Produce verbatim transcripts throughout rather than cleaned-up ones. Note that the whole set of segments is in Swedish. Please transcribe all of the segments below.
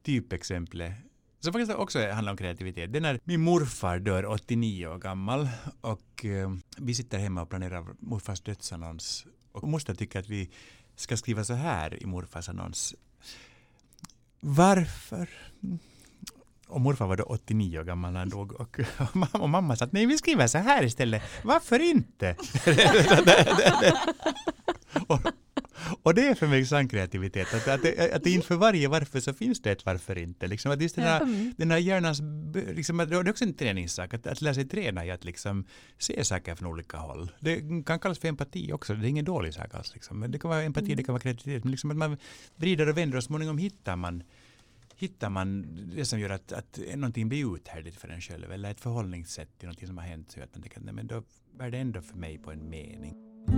typexemplet som faktiskt också handlar om kreativitet. Det är när min morfar dör åttionio år gammal och eh, vi sitter hemma och planerar morfars dödsannons. Och moster tycker att vi ska skriva så här i morfars annons. Varför? Och morfar var då åttionio år gammal när han dog. Och, och, och mamma sa att nej, vi skriver så här istället. Varför inte? och, och det är för mig sann kreativitet. Att, att, att inför varje varför så finns det ett varför inte. Liksom, att just den här, mm. den här hjärnans... Liksom, det är också en träningssak. Att, att lära sig träna i att liksom, se saker från olika håll. Det kan kallas för empati också. Det är ingen dålig sak alls. Liksom. Men det kan vara empati, mm. det kan vara kreativitet. Men liksom, att man vrider och vänder och småningom hittar man hittar man det som gör att, att någonting blir uthärdigt för en själv eller ett förhållningssätt till någonting som har hänt så att man tänker, nej, men då är det ändå för mig på en mening.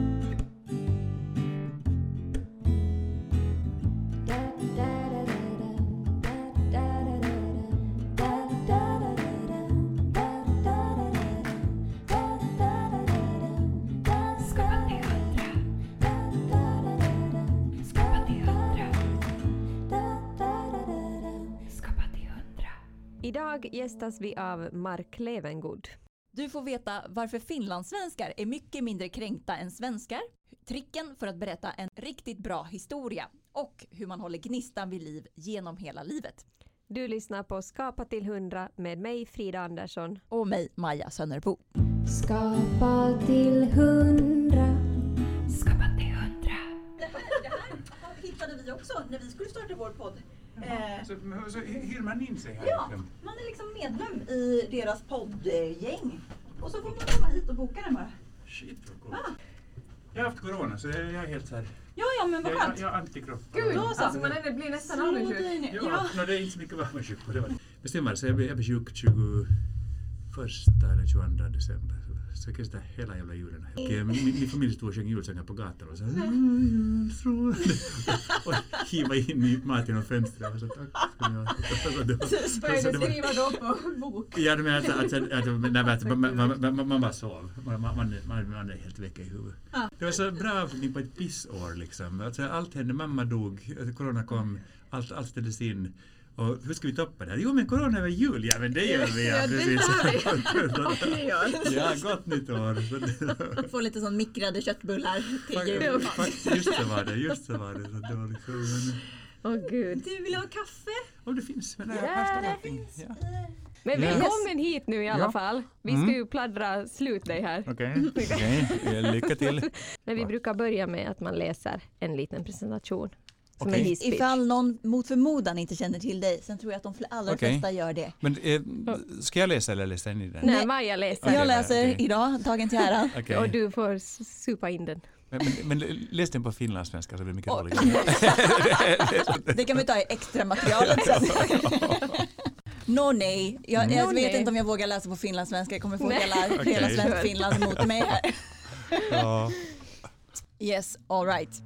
Idag gästas vi av Mark Levengood. Du får veta varför finlandssvenskar är mycket mindre kränkta än svenskar, tricken för att berätta en riktigt bra historia och hur man håller gnistan vid liv genom hela livet. Du lyssnar på Skapa till hundra med mig Frida Andersson och mig Maja Sönnerbo. Skapa till hundra. Skapa till hundra. Det här, det här hittade vi också när vi skulle starta vår podd. Eh, så, så hyr man in sig här? Ja, liksom. Man är liksom medlem i deras poddgäng. Och så får man komma hit och boka den bara. Shit, vad coolt. Ah. Jag har haft corona så jag är helt så här... Ja, ja, men vad skönt. Jag, jag har antikroppar. Gud, alltså man är, blir nästan aldrig sjuk. Ja, ja. No, det är inte så mycket vad man är sjuk på. Det var. Bestämmer så jag blir, jag blir sjuk tjugoförsta eller tjugoandra december. Så jag kan sitta hela jävla julen. Och min, min familj stod och sjöng julsånger på gatan och så här, och hiva in i maten och fönstret. Och så tack ska ni ha. Så började skriva då på bok. Ja, men att, att, att, att man, man, man, man bara sov. Man, man, man, man är helt väck i huvudet. Ah. Det var så bra avslutning på ett pissår liksom. Alltså, allt hände, mamma dog, corona kom, allt, allt ställdes in. Och hur ska vi toppa det här? Jo, men corona över jul, ja men det gör vi. Ja, precis. Ja, gott nytt år. Få lite sån mikrade köttbullar till jul. Just så var det, just så var det. Så det var liksom, åh gud. Du vill ha kaffe? Om det finns, men det ja, det finns. Ja. Men välkommen yes. hit nu i alla ja. fall. Vi ska mm. ju pladdra slut dig här. Okej, okay. okay. Lycka till. Men vi brukar börja med att man läser en liten presentation. Okay. Ifall någon mot förmodan inte känner till dig, sen tror jag att de allra okay. flesta gör det. Men eh, ska jag läsa eller läsa ni den? Nej, Maja läser. Okay, jag läser okay. idag, dagen till ära. Okay. Och du får supa in den. Men, men, men läs den på finlandssvenska så blir det mycket oh. roligare. Det kan vi ta i extra materialet sen. Nå nej, jag, no, jag vet nej. inte om jag vågar läsa på finlandssvenska. Jag kommer få nej. hela, okay. hela svensk Finland mot mig här. Ja. Yes, all right.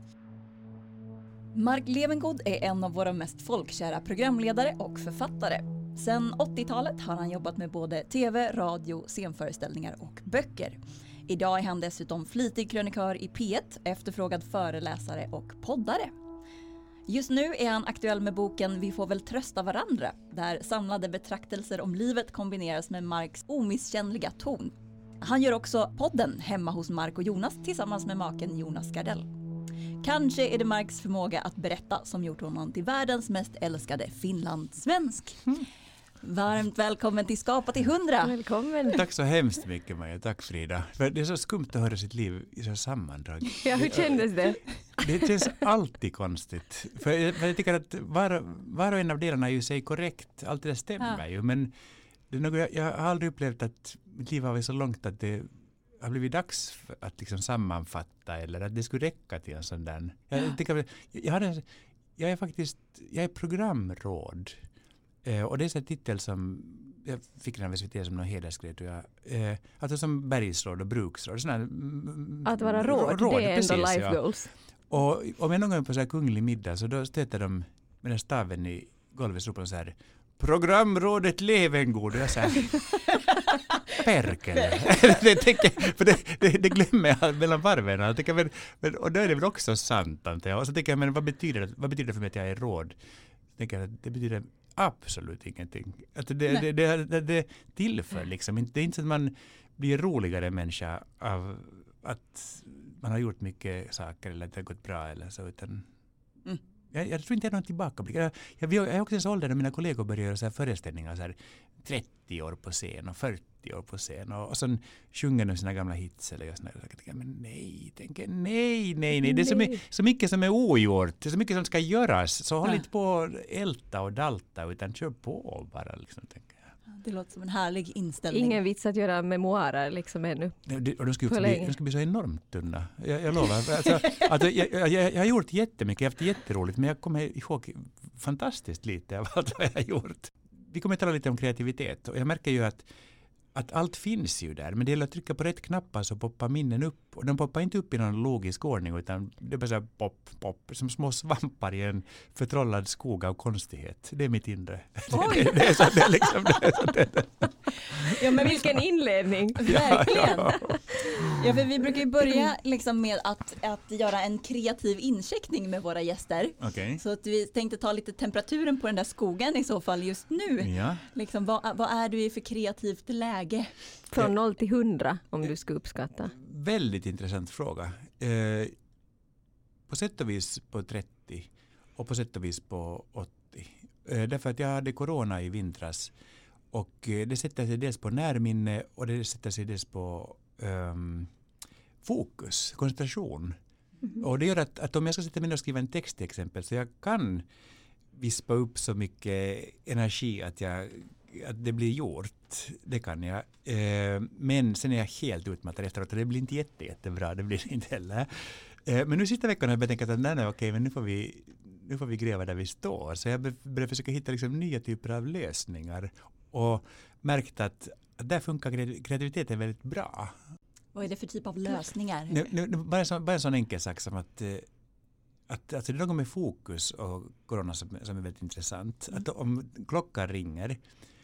Mark Levengood är en av våra mest folkkära programledare och författare. Sedan åttiotalet har han jobbat med både tv, radio, scenföreställningar och böcker. Idag är han dessutom flitig krönikör i P ett, efterfrågad föreläsare och poddare. Just nu är han aktuell med boken Vi får väl trösta varandra, där samlade betraktelser om livet kombineras med Marks omisskännliga ton. Han gör också podden Hemma hos Mark och Jonas tillsammans med maken Jonas Gardell. Kanske är det Marks förmåga att berätta som gjort honom till världens mest älskade finlandssvensk. Mm. Varmt välkommen till Skapa till hundra. Välkommen. Tack så hemskt mycket Maja, tack Frida. För det är så skumt att höra sitt liv i så sammandrag. Ja, hur kändes det? Det känns alltid konstigt. För jag, för jag tycker att var, var och en av delarna är ju sig korrekt. Allt det stämmer ja. ju. Men det är något, jag, jag har aldrig upplevt att mitt liv har varit så långt att det har blivit dags att liksom sammanfatta eller att det skulle räcka till en sån där. Jag, ja. tycker, jag, har en, jag är faktiskt jag är programråd. Eh, och det är en titel som jag fick den av S V T som någon hedersgrej tror jag. Eh, alltså som bergsråd och bruksråd. Såna, mm, att vara råd, råd det är precis, ändå life ja. goals. Och om jag någon gång på så här kunglig middag så då stöter de med den staven i golvet så på så här programrådet Levengood och jag säger perkele. det, för det, det, det glömmer jag mellan varven. Jag tänker, men, men, och då är det väl också sant antar jag. Och så tänker jag, men vad betyder det, vad betyder det för mig att jag är råd? Jag tänker att det betyder absolut ingenting. Att det, det, det, det, det tillför liksom. Det är inte så att man blir roligare människa av att man har gjort mycket saker eller att det har gått bra eller så, utan mm. jag, jag tror inte jag har någon tillbakablick. Jag, jag, jag är också en sån ålder när mina kollegor börjar göra så här föreställningar så här trettio år på scen och fyrtio år på scen och, och sen sjunger de sina gamla hits eller jag sådär. Jag tänker, men nej, tänker, nej, nej, nej. Det är så, my, så mycket som är ogjort. Det är så mycket som ska göras. Så håll ja. inte på att älta och dalta utan kör på bara. Liksom, tänker jag. Det låter som en härlig inställning. Ingen vits att göra memoarer liksom ännu. Det, och de ska, bli, de ska bli så enormt tunna. Jag, jag lovar. Alltså, alltså, jag, jag, jag har gjort jättemycket. Jag har haft jätteroligt. Men jag kommer ihåg fantastiskt lite av allt vad jag har gjort. Vi kommer att tala lite om kreativitet. Och jag märker ju att Att allt finns ju där, men det gäller att trycka på rätt knappar så poppar minnen upp. Och de poppar inte upp i någon logisk ordning utan det är bara så här pop, pop, som små svampar i en förtrollad skog av konstighet. Det är mitt inre. Det, det, det är så, det är liksom, det är så, det är. Ja, men vilken inledning. Verkligen. Ja, för vi brukar ju börja liksom med att, att göra en kreativ incheckning med våra gäster. Okay. Så att vi tänkte ta lite temperaturen på den där skogen i så fall just nu. Ja. Liksom, vad, vad är du i för kreativt läge? Från noll till hundra om du ska uppskatta. Väldigt intressant fråga. Eh, på sätt och vis på trettio och på sätt och vis på åttio. Eh, därför att jag hade corona i vintras och eh, det sätter sig dels på närminne och det sätter sig dels på um, fokus, koncentration. Mm-hmm. Och det gör att, att om jag ska sätta mig och skriva en text till exempel så jag kan vispa upp så mycket energi att jag att det blir gjort, det kan jag. Eh, men sen är jag helt utmattad efteråt och det blir inte jätte, jättebra, det blir det inte heller. Eh, men nu sista veckan har jag tänkt att nej, nej, okej, men nu får, vi, nu får vi gräva där vi står. Så jag börjar försöka hitta liksom nya typer av lösningar och märkt att, att där funkar kreativiteten väldigt bra. Vad är det för typ av lösningar? Nu, nu, bara, en sån, bara en sån enkel sak som att Att, alltså det är något med fokus och corona som, som är väldigt intressant. Mm. Att om klockan ringer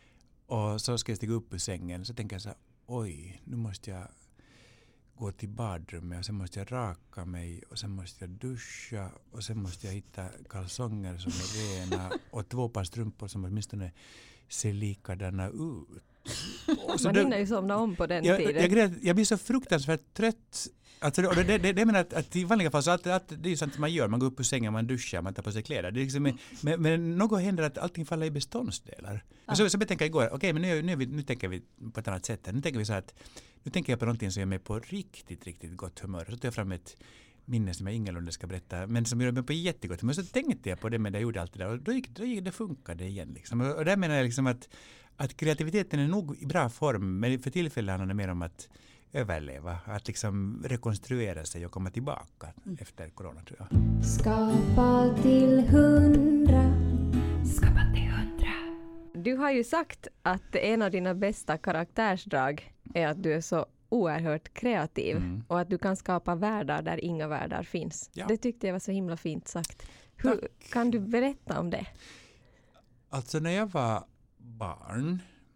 och så ska jag stiga upp ur sängen så tänker jag så här, oj, nu måste jag gå till badrummet och sen måste jag raka mig och sen måste jag duscha och sen måste jag hitta kalsonger som är rena och två par strumpor som åtminstone ser likadana ut. Man hinner ju somna om på den jag, tiden. Jag, jag blir så fruktansvärt trött. Alltså, det, det, det, det menar att, att i vanliga fall så att, att det är ju sånt man gör. Man går upp ur sängen, man duschar, man tar på sig kläder. Det är liksom, men, men något händer att allting faller i beståndsdelar. Ja. Så, så jag tänker igår, okej okay, men nu, nu, nu, nu tänker vi på ett annat sätt. Nu tänker vi så att nu tänker jag på någonting som gör mig på riktigt, riktigt gott humör. Så tar jag fram ett minne som jag ingalunda ska berätta, men som gör mig på jättegott humör. Så tänkte jag på det, men jag gjorde allt det där. Och då gick, då gick det funkade igen. Liksom. Och, och där menar jag liksom att, att kreativiteten är nog i bra form, men för tillfället handlar det mer om att överleva, att liksom rekonstruera sig och komma tillbaka mm. efter corona, tror jag. Skapa till hundra. Skapa till hundra. Du har ju sagt att en av dina bästa karaktärsdrag är att du är så oerhört kreativ mm. och att du kan skapa världar där inga världar finns. Ja. Det tyckte jag var så himla fint sagt. Hur, kan du berätta om det? Alltså när jag var barn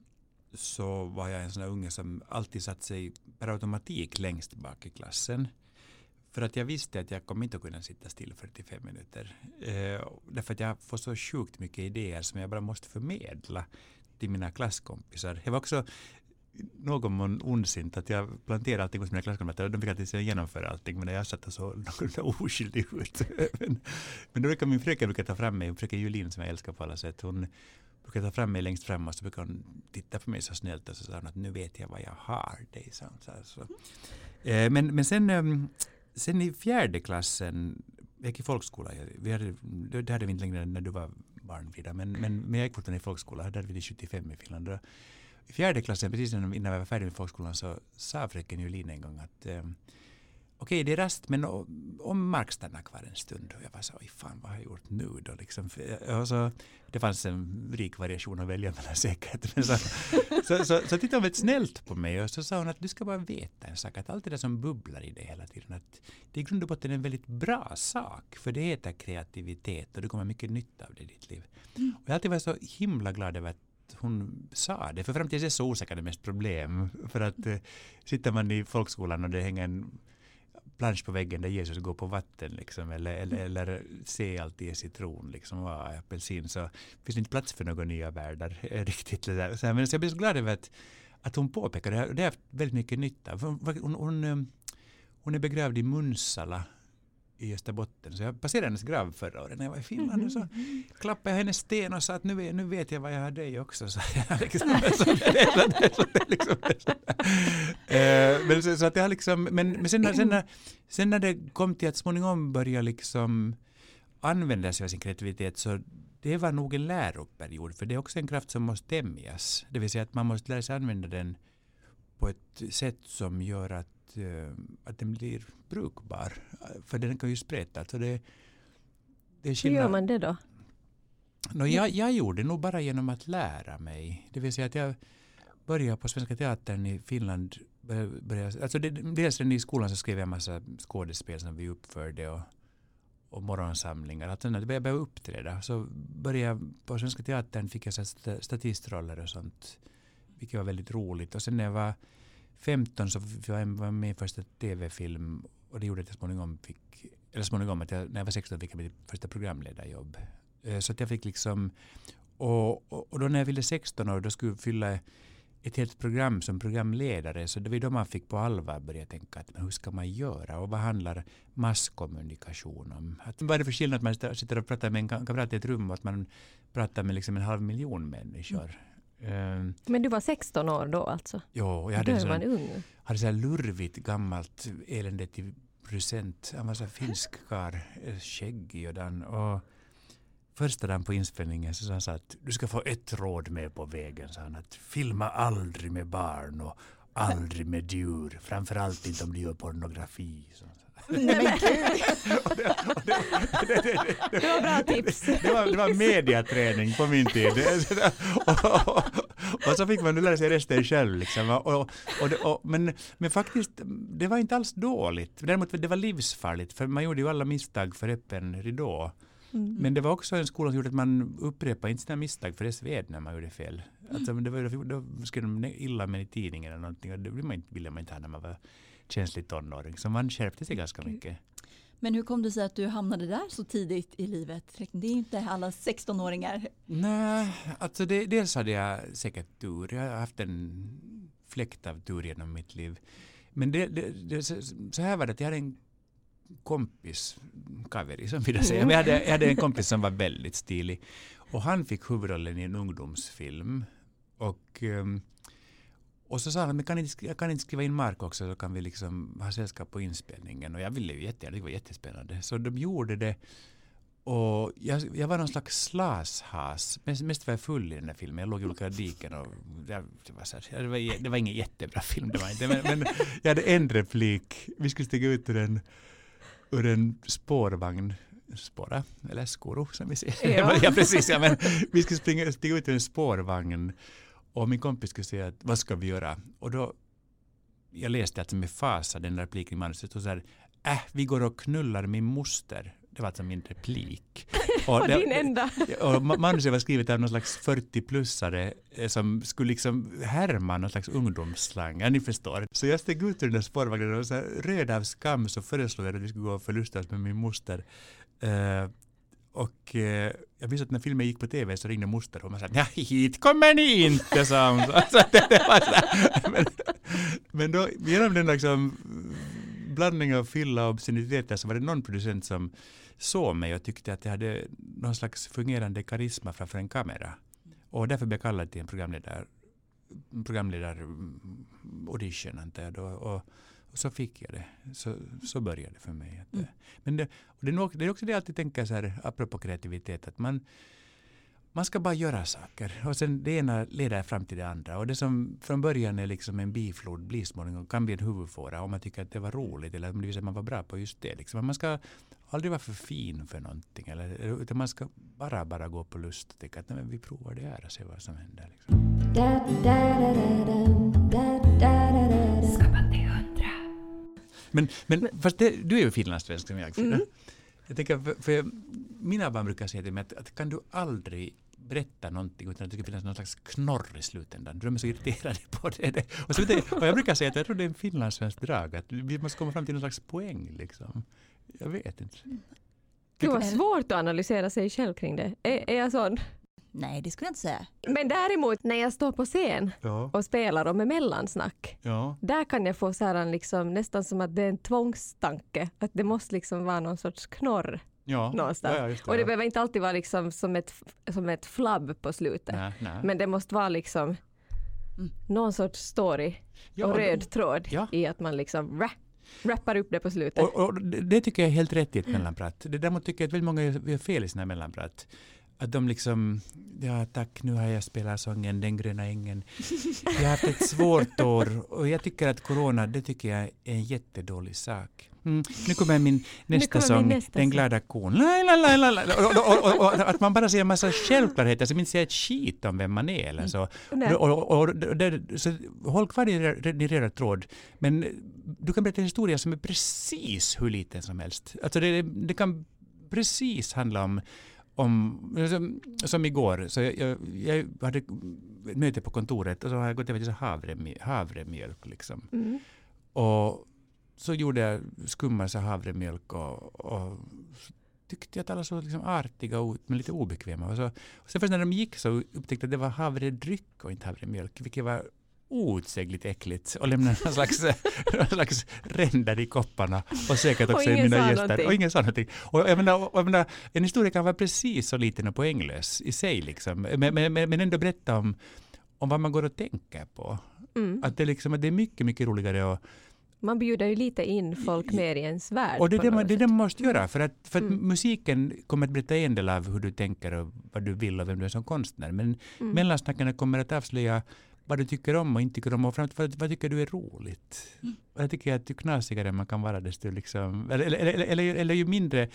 så var jag en sån där unge som alltid satt sig per automatik längst bak i klassen. För att jag visste att jag kommer inte att kunna sitta still fyrtiofem minuter. Eh, därför att jag får så sjukt mycket idéer som jag bara måste förmedla till mina klasskompisar. Jag var också någon mån ondsint att jag planterade allting hos mina klasskompisar och de fick alltid genomföra allting, men jag satt så oskyldig ut. men, men då brukar min fröken brukar ta fram mig, fröken Julin som jag älskar på alla sätt, hon brukar ta fram mig längst fram och så brukar hon titta på mig så snällt och så sa hon att nu vet jag vad jag har dig. Så, så, så. Eh, men, men sen, sen i fjärde klassen, jag gick i folkskola, vi hade, det hade vi inte längre när du var barn, Frida, men, men, men jag gick fortfarande i folkskola, där hade vi sjuttiofem i Finland. Och i fjärde klassen, precis innan vi var färdiga med folkskolan, så sa fröken Julin en gång att eh, okej, okay, det är rast, men om Mark stannar kvar en stund. Och jag var så, oj fan, vad har jag gjort nu då? Liksom. Och så, det fanns en rik variation att välja mellan säkert. Men så, så, så, så tittade hon väldigt snällt på mig och så sa hon att du ska bara veta en sak. Att allt det där som bubblar i dig hela tiden, att det är i grund och botten en väldigt bra sak. För det heter kreativitet och du kommer mycket nytta av det i ditt liv. Mm. Och jag har alltid varit så himla glad över att hon sa det. För framtiden är så osäkert det mest problem. För att eh, sitter man i folkskolan och det hänger en plansch på väggen där Jesus går på vatten liksom, eller, eller, eller se allt i citron liksom, och apelsin, så finns det inte plats för några nya världar riktigt. Så, men så jag blir så glad över att, att hon påpekar det här, och det är väldigt mycket nytta. Hon, hon, hon, hon är begravd i Munsala i Österbotten. Så jag passerade hennes grav förra året när jag var i Finland, och så klappade jag hennes sten och sa att nu, nu vet jag vad jag har dig också. Så jag liksom, men så, så att jag liksom, men, men sen, sen, när, sen när det kom till att småningom börja liksom använda sig av sin kreativitet, så det var nog en läroperiod, för det är också en kraft som måste tämjas. Det vill säga att man måste lära sig använda den på ett sätt som gör att att den blir brukbar, för den kan ju spreta. Så det, det är Hur gör man det då? No, jag, jag gjorde nog bara genom att lära mig. Det vill säga att jag började på Svenska Teatern i Finland. Började, alltså det, dels i skolan så skrev jag en massa skådespel som vi uppförde och, och morgonsamlingar. Alltså när jag började uppträda så började jag på Svenska Teatern, fick jag statistroller och sånt, vilket var väldigt roligt. Och sen när jag var femton så var jag med i första tv-film, och det gjorde att jag småningom fick, eller småningom att jag, när jag var sexton fick jag mitt första programledarjobb. Så att jag fick liksom, och, och, och då när jag ville sexton år, då skulle jag fylla ett helt program som programledare, så det var då man fick på allvar börja tänka att men hur ska man göra, och vad handlar masskommunikation om? Att, vad är det för skillnad att man sitter och pratar med en kamrat i ett rum och att man pratar med liksom en halv miljon människor? Mm. Um, Men du var sexton år då alltså? Jo, jag hade då en var ung. hade så här lurvigt gammalt elände till present. Han var så finsk kar, skäggig och den. Och första dagen på inspelningen så sa han så att du ska få ett råd med på vägen. Så han att filma aldrig med barn och aldrig med djur. Framförallt inte om du gör pornografi. Så. Nej, men gud. Det var bra tips. Det var, det var mediaträning på min tid. och, och, och så fick man nu lära sig resten själv. Liksom. Och, och, och, och, men, men faktiskt, det var inte alls dåligt. Däremot det var livsfarligt, för man gjorde ju alla misstag för öppen ridå. Mm. Men det var också en skola som gjorde att man upprepade inte sina misstag, för det sved när man gjorde fel. Alltså, det var, då skulle de illa med i tidningen eller någonting, och det ville man inte, ville man inte ha när man var känslig tonåring. Så man skärpte sig ganska mycket. Men hur kom det sig att du hamnade där så tidigt i livet? Det är inte alla sextonåringar. Nej, alltså det, dels hade jag säkert tur. Jag har haft en fläkt av tur genom mitt liv. Men det, det, det, så här var det att jag hade en kompis, kaveri som vill jag säga. Men jag hade, jag hade en kompis som var väldigt stilig. Och han fick huvudrollen i en ungdomsfilm. Och... Um, Och så sa han att kan inte, jag kan inte skriva in Mark också, så kan vi liksom ha sällskap på inspelningen. Och jag ville ju jättegärna, det var jättespännande. Så de gjorde det. Och jag, jag var någon slags slashas. Mest, mest var jag full i den där filmen. Jag låg i olika diken. Och jag, det, var så här, det, var, det var ingen jättebra film, det var inte. Men, men jag hade en replik. Vi skulle stiga ut ur en, ur en spårvagn. Spåra, eller skoro som vi ser. Ja, ja precis. Ja, men vi skulle springa, stiga ut ur en spårvagn. Och min kompis skulle säga att vad ska vi göra? Och då, jag läste alltså med fasa den repliken i manuset och så här, äh, vi går och knullar min moster. Det var alltså min replik. Och, och det, din enda. Och manuset var skrivet av någon slags fyrtio-plussare som skulle liksom härma någon slags ungdomsslang. Ja, ni förstår. Så jag steg ut ur den där spårvagnen och så här, röd av skam så föreslog jag att vi skulle gå och förlustas med min moster. Uh, Och eh, jag visste att när filmen gick på tv så ringde moster och man sa, ja, hit kommer ni inte, sa hon. Så det, det var så men, men då, genom den liksom blandningen av fylla och obsceniteter så var det någon producent som såg mig och tyckte att jag hade någon slags fungerande karisma framför en kamera. Och därför blev jag kallad till en programledare, programledare audition, antar jag då. Och, Och så fick jag det. Så, så började det för mig. Att, mm. Men det, och det, är nog, det är också det jag alltid tänker så här, apropå kreativitet, att man, man ska bara göra saker. Och sen det ena leder fram till det andra. Och det som från början är liksom en biflod blir småningom kan bli en huvudfåra om man tycker att det var roligt eller om det vill säga att man var bra på just det. Liksom. Man ska aldrig vara för fin för någonting. Eller, utan man ska bara, bara gå på lust och tycka att nej, men vi provar det här och se vad som händer. Liksom. Men, men, men fast det, du är ju finlandssvensk som jag. Mm. Jag tänker, för, för mina barn brukar säga till mig att, att kan du aldrig berätta någonting utan att det ska finnas någon slags knorr i slutändan. De är så irriterade på det. Och, så det, och jag brukar säga att jag tror det är en finlandssvensk drag. Att vi måste komma fram till någon slags poäng. Liksom. Jag vet inte. Det var svårt att analysera sig själv kring det. Är, är jag sån? Nej, det skulle jag inte säga. Men däremot när jag står på scen ja. och spelar och med mellansnack, ja. där kan jag få så här liksom, nästan som att det är en tvångstanke. Att det måste liksom vara någon sorts knorr ja. någonstans. Ja, ja, det, och det ja. behöver inte alltid vara liksom som, ett, som ett flabb på slutet. Nej, nej. Men det måste vara liksom mm. någon sorts story ja, och röd tråd ja. i att man liksom rap, rappar upp det på slutet. Och, och det, det tycker jag är helt rätt i ett mellanprat. Det däremot tycker jag att väldigt många gör fel i sina mellanprat. Att de liksom, ja tack, nu har jag spelat sången Den gröna ängen. Jag har haft ett svårt år och jag tycker att corona, det tycker jag är en jättedålig sak. Mm. Nu kommer min nästa kommer sång, min nästa Den glada kon. La, la, la, la, la. Och, och, och, och, att man bara säger en massa självklarheter som inte säger ett skit om vem man är. Eller så. Mm. Och, och, och, det, så håll kvar din röda tråd. Men du kan berätta en historia som är precis hur liten som helst. Alltså det, det kan precis handla om Om, som, som igår, så jag, jag, jag hade ett möte på kontoret och så har jag gått över till havremjölk. havremjölk liksom. mm. Och så gjorde jag skummar så havremjölk och, och tyckte att alla så liksom artiga ut men lite obekväma. Och så, och sen först när de gick så upptäckte jag att det var havredryck och inte havremjölk, vilket var outsägligt äckligt och lämnade någon slags, någon slags ränder i kopparna och säkert också i mina gäster. Någonting. Och ingen sa någonting. Och jag menar, och jag menar, en historia kan vara precis så liten och poänglös i sig liksom. Men, men, men ändå berätta om, om vad man går och tänker på. Mm. Att, det liksom, att det är mycket, mycket roligare att man bjuder ju lite in folk mer i ens värld. Och det är det man, det det man måste göra. För att, för att mm. musiken kommer att berätta en del av hur du tänker och vad du vill och vem du är som konstnär. Men mm. mellansnackarna kommer att avslöja vad du tycker om och inte tycker om och framför vad, vad tycker du är roligt. Mm. Och jag tycker att ju knasigare man kan vara desto liksom, eller, eller, eller, eller, eller ju mindre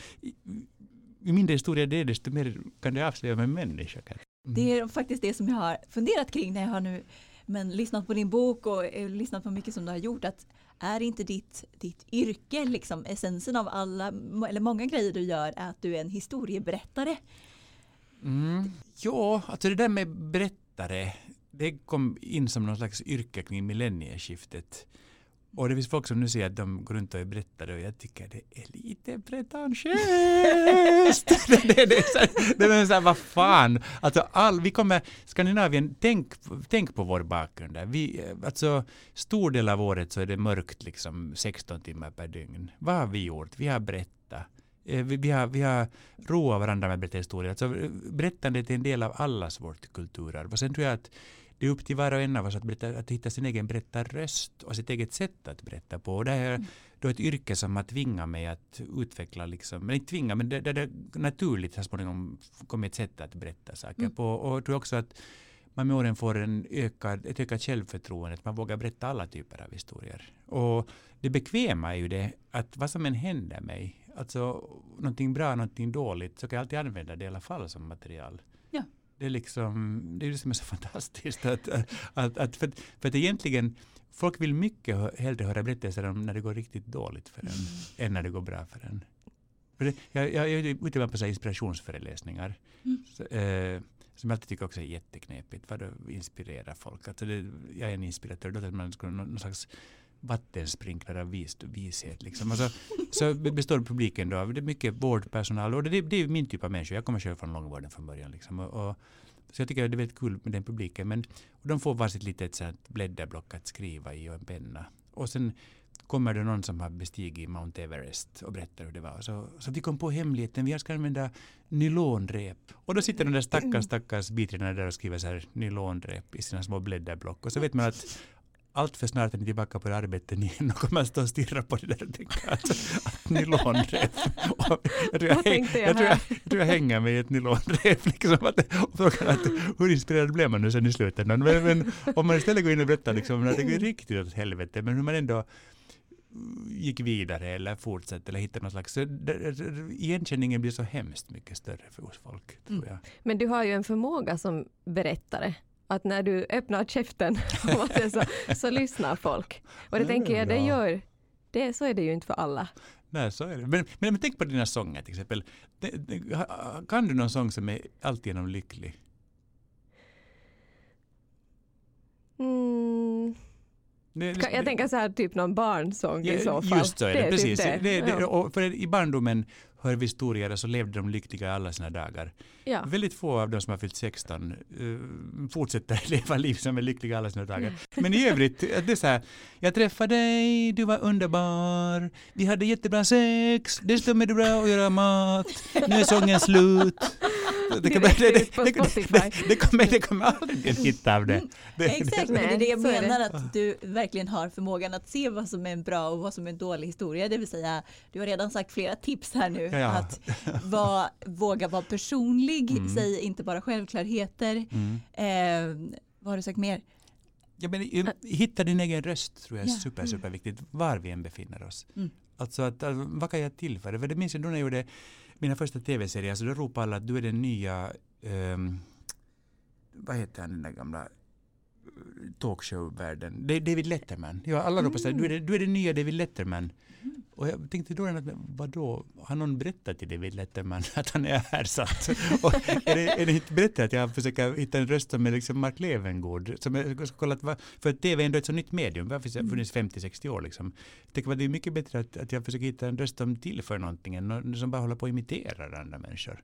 ju mindre historia det är desto mer kan det avslöja med människa. Mm. Det är faktiskt det som jag har funderat kring när jag har nu men lyssnat på din bok och lyssnat på mycket som du har gjort, att är inte ditt, ditt yrke liksom essensen av alla eller många grejer du gör är att du är en historieberättare? Mm. Ja, alltså det där med berättare det kom in som någon slags yrke kring millennieskiftet. Och det finns folk som nu säger att de går runt och är berättare och jag tycker det är lite pretentiöst. det, det, det, är så, det är så här, vad fan. Alltså all, vi kommer, Skandinavien, tänk, tänk på vår bakgrund där. Vi, alltså stor del av året så är det mörkt liksom sexton timmar per dygn. Vad har vi gjort? Vi har berättat. Vi, vi har, vi har roat varandra med att berätta historier. Alltså, berättandet är en del av allas vårt kulturarv. Och sen tror jag att det är upp till var och en av oss att, berätta, att hitta sin egen berättarröst och sitt eget sätt att berätta på. Och det är mm. då ett yrke som att tvinga mig att utveckla, liksom, men inte tvinga, men det, det, det naturligt så småningom kommer ett sätt att berätta saker mm. på. Och jag tror också att man med åren får en ökad, ett ökat självförtroende, att man vågar berätta alla typer av historier. Och det bekväma är ju det att vad som än händer mig, alltså någonting bra, någonting dåligt, så kan jag alltid använda det i alla fall som material. Ja. Det är liksom, det är det som är så fantastiskt. Att, att, att, för, för att egentligen, folk vill mycket hellre höra berättelser om när det går riktigt dåligt för en, mm. än när det går bra för en. För det, jag, jag är ute på så inspirationsföreläsningar. Mm. Så, eh, som jag alltid tycker också är jätteknepigt. För att inspirera folk. Alltså det, jag är en inspiratör. Då att man skulle någon, någon slags vattensprinklare av vis, vishet. Liksom. Alltså, så består publiken då av det är mycket vårdpersonal. Och det, det är min typ av människor. Jag kommer själv från långvården från början. Liksom. Och, och, så jag tycker att det är väldigt kul med den publiken. Men och de får varsitt litet sånt blädderblock att skriva i och en penna. Och sen kommer det någon som har bestigit Mount Everest och berättar hur det var. Så, så vi kom på hemligheten. Vi ska använda nylonrep. Och då sitter de där stackars, stackars biträdena där och skriver så här nylonrep i sina små blädderblock. Och så vet man att allt för snart är ni tillbaka på arbetet igen och kommer att stå och stirra på det där och tänka att, att nylonrep. Jag tror jag, häng, jag, jag, tror jag, jag tror jag hänger med ett nylonrep. Liksom, att, och frågar att hur inspirerad blev man nu sen i slutändan. Men, men om man istället går in och berättar liksom, att det går riktigt åt helvete, men hur man ändå gick vidare eller fortsätter eller hittar någon slags, så där, igenkänningen blir så hemskt mycket större för oss folk, tror jag. Mm. Men du har ju en förmåga som berättare. Att när du öppnar käften så, så lyssnar folk. Och det ja, tänker jag, det gör, det, så är det ju inte för alla. Nej, så är det. Men, men, men tänk på dina sånger till exempel. Det, det, kan du någon sång som är alltigenom lycklig? Det, det, jag tänker så här typ någon barnsång ja, i så fall. Just så är det, det precis. Typ det. Det, det, och för i barndomen hör vi historier så levde de lyckliga alla sina dagar. Ja. Väldigt få av de som har fyllt sexton uh, fortsätter leva liv som är lyckliga alla sina dagar. Men i övrigt, det är så här, jag träffade dig, du var underbar, vi hade jättebra sex, det stämmer det bra att göra mat, nu är sången slut. Det kommer, det, det, det, det, kommer, det kommer aldrig en hit av det. det Exakt, det, det är det jag menar, att du verkligen har förmågan att se vad som är en bra och vad som är en dålig historia. Det vill säga, du har redan sagt flera tips här nu. Ja. Att var, våga vara personlig, mm. säg inte bara självklarheter. Mm. Eh, vad har du sagt mer? Ja, men, hitta din egen röst tror jag är ja. super, super viktigt var vi än befinner oss. Mm. Alltså, att, alltså, vad kan jag tillföra? För det minns jag då när jag gjorde mina första tv-serier, så då ropade alla att du är den nya, um, vad heter han den där gamla talkshow-världen? David Letterman. Ja, alla ropade mm. så här, du är, du är den nya David Letterman. Mm. Och jag tänkte då, att, vadå? Har någon berättat till David Letterman att han är här satt? Och är, det, är det inte berättat att jag försöker hitta en röst som är liksom Mark Levengood? Som är, kollat, för tv är ändå ett så nytt medium. Det har funnits femtio sextio år. Liksom. Jag tänker att det är mycket bättre att, att jag försöker hitta en röst som tillför någonting än som bara håller på att imitera andra människor.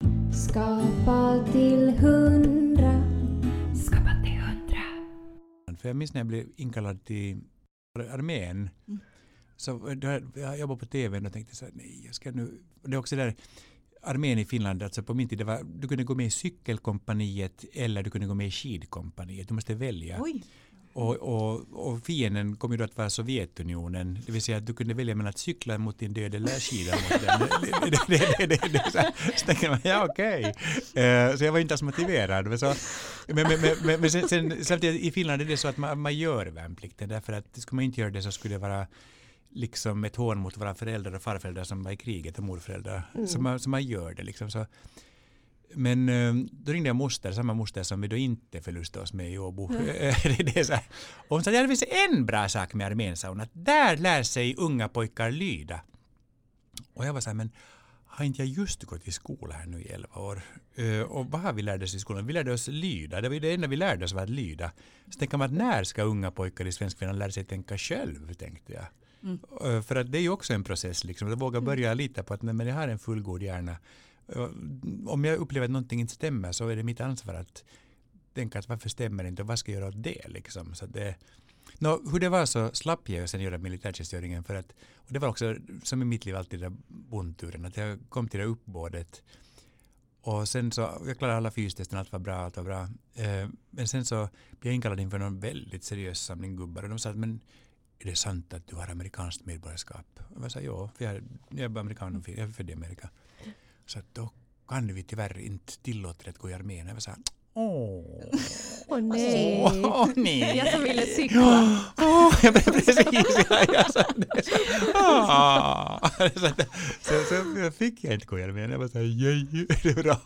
Skapa till hundra. Skapa till hundra. För jag minns när jag blev inkallad till armén. Mm. Så jag jobbade på tv och tänkte så här, nej, jag ska nu... Det är också där armén i Finland, alltså på min tid, det var, du kunde gå med i cykelkompaniet eller du kunde gå med i skidkompaniet. Du måste välja. Oj. Och, och, och fienden kom ju då att vara Sovjetunionen. Det vill säga att du kunde välja mellan att cykla mot din död eller skida mot den. Det, det, det, det, det, så, så tänkte man, ja okej. Okay. Uh, så jag var inte alls motiverad. Men, så, men, men, men, men sen, sen, samtidigt i Finland är det så att man, man gör värnplikten. Därför att skulle man inte göra det så skulle det vara liksom ett hån mot våra föräldrar och farföräldrar som var i kriget och morföräldrar. Mm. Så, man, så man gör det liksom så. Men då ringde jag moster, samma moster som vi då inte förlustade oss med i Åbo. Mm. det är så här. Och hon sa att det finns en bra sak med armén, sa hon, att där lär sig unga pojkar lyda. Och jag var så här, men har inte jag just gått i skola här nu i elva år? Och vad har vi lärt oss i skolan? Vi lärde oss lyda. Det var det enda vi lärde oss var att lyda. Så tänker man att när ska unga pojkar i Svenskfinland lära sig tänka själv, tänkte jag. Mm. För att det är ju också en process, liksom, att våga börja lita på att men jag har en fullgod hjärna. Om jag upplever att någonting inte stämmer så är det mitt ansvar att tänka att varför stämmer det inte och vad ska jag göra åt det liksom. Så det, no, hur det var så slapp jag sen göra militärtjänstgöringen för att, och det var också som i mitt liv alltid där bondturen att jag kom till det uppbådet och sen så, jag klarade alla fystesten, allt var bra, allt var bra eh, men sen så blev jag inkallad inför någon väldigt seriös samling gubbar och de sa att men är det sant att du har amerikanskt medborgarskap? Och jag sa ja, för jag, jag är amerikan och jag är född i Amerika. Så då kan vi tyvärr inte tillåta att gå i armén. Jag var så här, åh. Åh nej. Åh, åh nej. Jag som ville cykla. Åh, jag blev precis. Jag sa det. Så, så, så jag fick jag inte gå i armén. Jag var så här, jej, det är bra.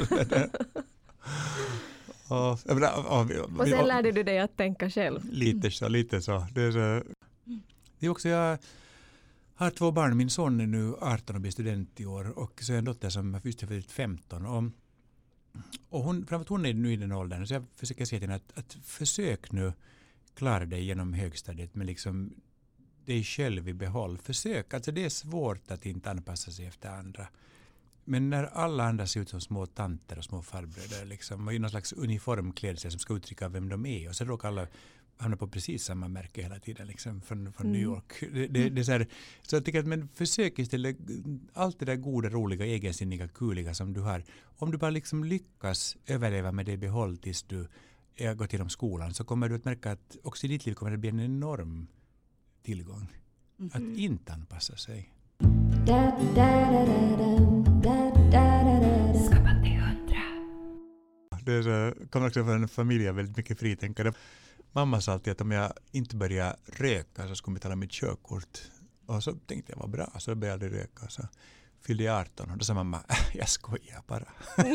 Och, och sen lärde du dig att tänka själv. Lite så, lite så. Det är, så, det är också jag... Jag har två barn. Min son är nu arton och blir student i år. Och så är en dotter som är fyllt femton. Och, och hon, framför hon är nu i den åldern. Så jag försöker säga till henne att, att försök nu klara dig genom högstadiet. Men liksom dig själv i behåll. Försök. Alltså det är svårt att inte anpassa sig efter andra. Men när alla andra ser ut som små tanter och små farbröder. Liksom, och i någon slags uniformklädsel som ska uttrycka vem de är. Och så råkar alla hamnar på precis samma märke hela tiden liksom, från, från mm. New York. Det, det, det är så, här, så jag tycker att men försök istället allt det där goda, roliga, egensinniga, kuliga som du har. Om du bara liksom lyckas överleva med det behåll tills du är gått igenom skolan så kommer du att märka att också i ditt liv kommer det bli en enorm tillgång. Mm. Att inte anpassa sig. Skapa till hundra. Det kommer också från en familj väldigt mycket fritänkare. Mamma sa alltid att om jag inte börjar röka så skulle vi betala mitt körkort. Och så tänkte jag, vad bra. Så jag började röka. Så fyllde jag arton och då sa mamma, äh, jag skojar bara.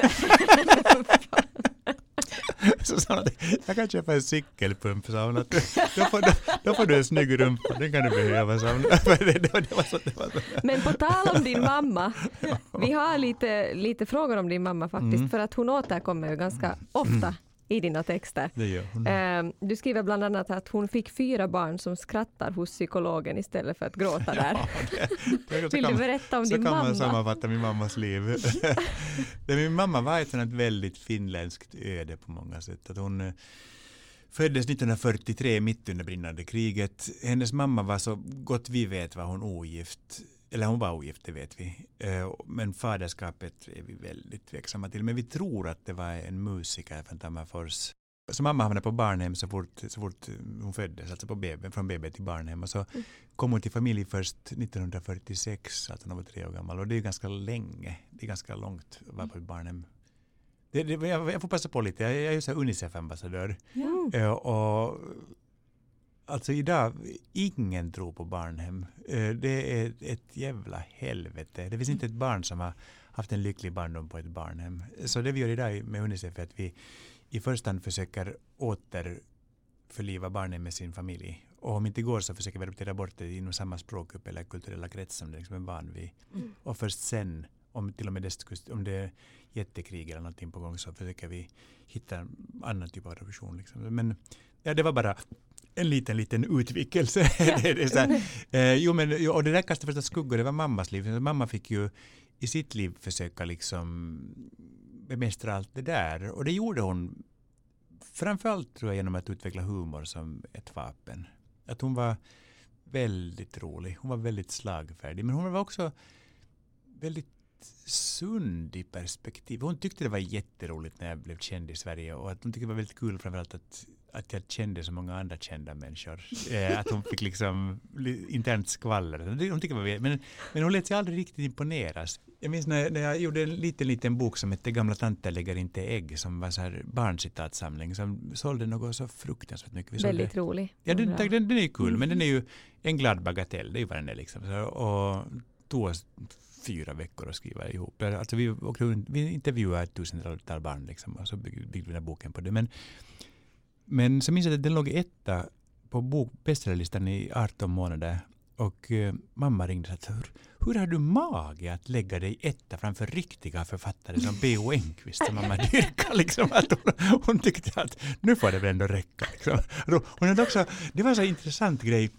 Så sa hon att jag kan köpa en cykelpump. Sa hon att då får, då, då får du en snygg rumpa. Den kan du behöva. Sa hon. det, det, det var så, det var så. Men på tal om din mamma. Vi har lite, lite frågor om din mamma faktiskt. Mm. För att hon återkommer ju ganska ofta i dina texter. Det gör hon. Uh, du skriver bland annat att hon fick fyra barn som skrattar hos psykologen istället för att gråta där. Ja, det, det, Vill kan, du berätta om din mamma? Så kan man sammanfatta min mammas liv. det, min mamma var ett sådant väldigt finländskt öde på många sätt. Att hon föddes nittonhundrafyrtiotre mitt under brinnande kriget. Hennes mamma var så gott vi vet var hon ogift. Eller hon var ogift, det vet vi. Men faderskapet är vi väldigt tveksamma till. Men vi tror att det var en musiker från Tammerfors. Så mamma hamnade på barnhem så fort, så fort hon föddes, alltså på B B, från B B till barnhem. Och så mm. kom hon till familj först nittonhundrafyrtiosex, att hon var tre år gammal. Och det är ganska länge, det är ganska långt att vara på ett barnhem. Det, det, jag, jag får passa på lite, jag, jag är ju så här Unicef-ambassadör. Mm. Uh, och alltså idag, ingen tror på barnhem. Uh, det är ett jävla helvete. Det finns inte ett barn som har haft en lycklig barndom på ett barnhem. Så det vi gör idag med Unicef är att vi i första hand försöker återförliva barnen med sin familj. Och om inte går så försöker vi adoptera bort det inom samma språkgrupp eller kulturella krets som det liksom är van vid. Mm. Och först sen, om till och med det, om det är jättekrig eller någonting på gång, så försöker vi hitta en annan typ av adoption. Liksom. Men ja, det var bara en liten, liten utvikelse. Ja. det, det är så här, eh, jo, men, och det där kastade första skuggor, det var mammas liv. Mamma fick ju i sitt liv försöka liksom bemästra allt det där. Och det gjorde hon framförallt tror jag genom att utveckla humor som ett vapen. Att hon var väldigt rolig. Hon var väldigt slagfärdig. Men hon var också väldigt sund i perspektiv. Hon tyckte det var jätteroligt när jag blev känd i Sverige. Och att hon tyckte det var väldigt kul framförallt att, att jag kände så många andra kända människor. eh, att hon fick liksom internt skvaller. Hon tyckte det var, men, men hon lät sig aldrig riktigt imponeras. Jag minns när, när jag gjorde en liten, liten bok som hette Gamla tanter lägger inte ägg, som var så här barncitatsamling som sålde något så fruktansvärt mycket. Väldigt rolig. Ja, den, den, den är ju kul, men den är ju en glad bagatell. Det är ju vad den är liksom. Så, och tog oss fyra veckor att skriva ihop. Alltså vi, vi intervjuade ett tusental barn liksom, och så byggde vi den här boken på det. Men, men så minns jag att den låg etta på bok, bestsellerlistan i arton månader. Och uh, mamma ringde och sa, hur, hur har du mage att lägga dig etta framför riktiga författare som B O Enquist som mamma dyrkar liksom, att hon, hon tyckte att nu får det väl ändå räcka liksom. Hon hade också, det var så intressant grej,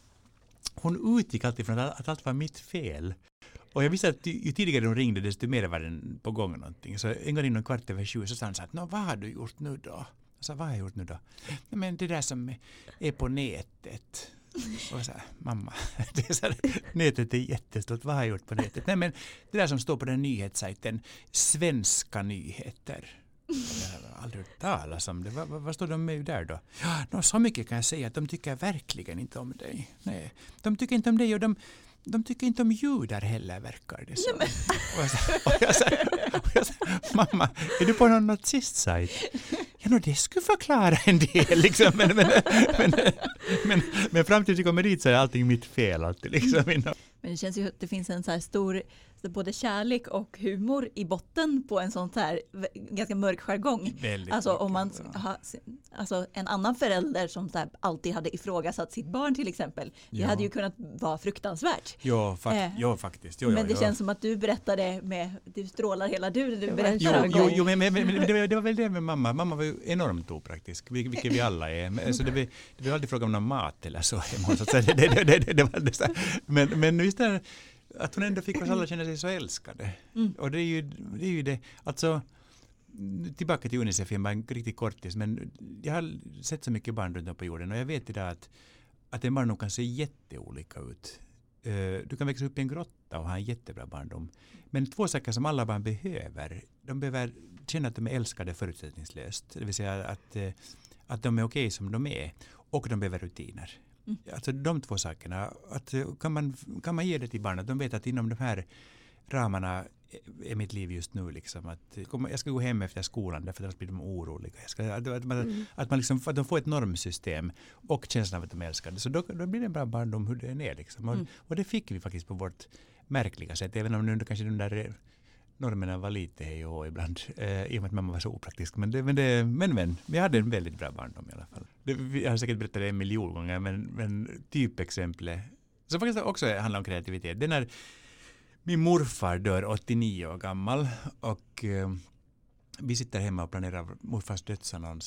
hon utgick alltid från att, att allt var mitt fel. Och jag visste att ju, ju tidigare hon ringde desto mer var den på gång någonting. Så en gång innan kvart över sju så sa hon så att, nå, vad har du gjort nu då? Jag sa, vad har jag gjort nu då? Men det där som är på nätet. Och så här, mamma, det är så här, nätet är jättestort, vad har jag gjort på nätet? Nej, men det där som står på den nyhetssajten, Svenska nyheter. Jag har aldrig hört talas om det. Vad, vad, vad står de med där då? Ja, no, så mycket kan jag säga att de tycker verkligen inte om dig. Nej, de tycker inte om dig och de, de tycker inte om judar heller, verkar det så. Och jag sa, och jag sa, och jag sa, mamma, är du på någon nazistsajt? Ja, no, det skulle förklara en del liksom, men, men, men, men, men fram tills jag kommer dit så är allting mitt fel alltid liksom. Men det känns ju att det finns en så här stor både kärlek och humor i botten på en sån här ganska mörk jargong. Väldigt alltså om man ja. ha, alltså en annan förälder som så här alltid hade ifrågasatt sitt barn till exempel. Det ja. hade ju kunnat vara fruktansvärt. Ja, fak- eh, ja faktiskt. Jo, men ja, det ja. känns som att du berättade med, du strålar hela du, du berättar. Jo, jo, jo men, men, men det, var, det var väl det med mamma. Mamma var ju enormt opraktisk, vilket vi alla är. Men, så det, var, det var aldrig fråga om någon mat eller så. så det, det, det, det, det var det så här. Men, men just det här, att hon ändå fick oss alla känna sig så älskade. Mm. Och det är, ju, det är ju det. Alltså, tillbaka till Unicef, jag bara en riktigt kortis, men jag har sett så mycket barn runt om på jorden och jag vet idag att, att en barndom kan se jätteolika ut. Uh, du kan växa upp i en grotta och ha en jättebra barndom. Men två saker som alla barn behöver, de behöver känna att de är älskade förutsättningslöst. Det vill säga att, uh, att de är okej okay som de är. Och de behöver rutiner. Mm. Alltså de två sakerna, att kan man, kan man ge det till barnen, att de vet att inom de här ramarna är mitt liv just nu liksom, att jag ska gå hem efter skolan därför att de blir oroliga. Jag ska, att, att man, mm. att, man liksom, att de får ett normsystem och känslan av att de är älskade. Så då, då blir det en bra barndom hur det är liksom. Och, mm. och det fick vi faktiskt på vårt märkliga sätt, även om nu kanske de där normerna var lite hej och ibland, eh, i och med att mamma var så opraktisk. Men, det, men, det, men, men vi hade en väldigt bra barndom i alla fall. Det, jag har säkert berättat det en miljon gånger, men, men typexempel som faktiskt också handlar om kreativitet. Det är när min morfar dör åttionio år gammal och eh, vi sitter hemma och planerar morfars dödsannons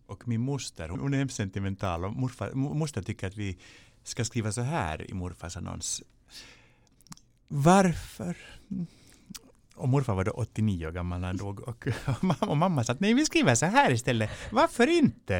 Och min moster, hon är hemskt sentimental. Och morfar, moster tycker att vi ska skriva så här i morfars annons. Varför? Och morfar var då åttionio år gammal när han dog. Och, och, och mamma sa att nej, vi skriver så här istället. Varför inte?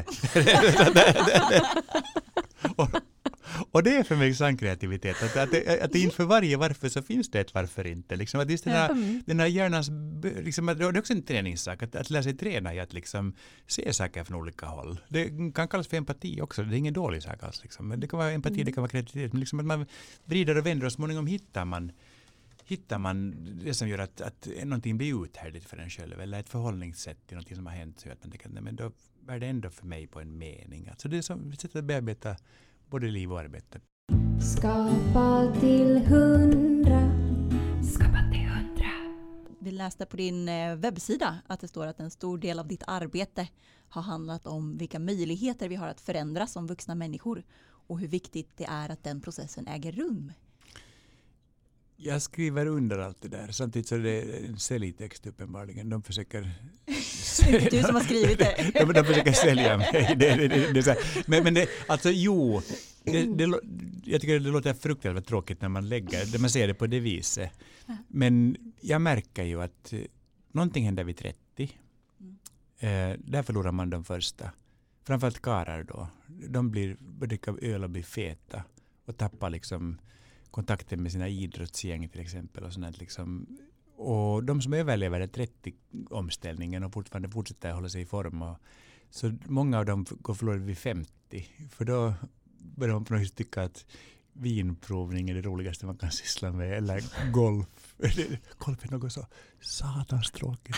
och, och det är för mig sann kreativitet. Att, att, att inför varje varför så finns det ett varför inte. Liksom, att just den här, mm. den här hjärnans... Liksom, det är också en träningssak. Att, att lära sig träna i att liksom, se saker från olika håll. Det kan kallas för empati också. Det är ingen dålig sak alls. Liksom. Men det kan vara empati, mm. det kan vara kreativitet. Men liksom att man vrider och vänder och småningom hittar man hittar man det som gör att, att någonting blir uthärdigt för en själv eller ett förhållningssätt till någonting som har hänt så att man tänker att nej, men då är det ändå för mig på en mening. Alltså det är som ett sätt att bearbeta både liv och arbete. Skapa till hundra. Skapa till hundra. Vi läste på din webbsida att det står att en stor del av ditt arbete har handlat om vilka möjligheter vi har att förändras som vuxna människor och hur viktigt det är att den processen äger rum. Jag skriver under allt det där. Samtidigt så är det en säljtext uppenbarligen. De försöker... Det är inte du som har skrivit det. de, de försöker sälja mig. Det, det, det, det, det men, men det, alltså jo, det, det, jag tycker det låter fruktansvärt tråkigt när man lägger när man ser det på det viset. Men jag märker ju att någonting händer vid trettio. Eh, där förlorar man de första. Framförallt karar då. De blir, dricker öl och blir feta och tappar liksom kontakten med sina idrottsgäng till exempel. Och, sånt liksom. Och de som överlever är trettio-omställningen och fortfarande fortsätter hålla sig i form. Och, så många av dem går förlorade vid femtio. För då börjar man på något sätt tycka att vinprovning är det roligaste man kan syssla med. Eller golf. Golf är något så satans tråkigt.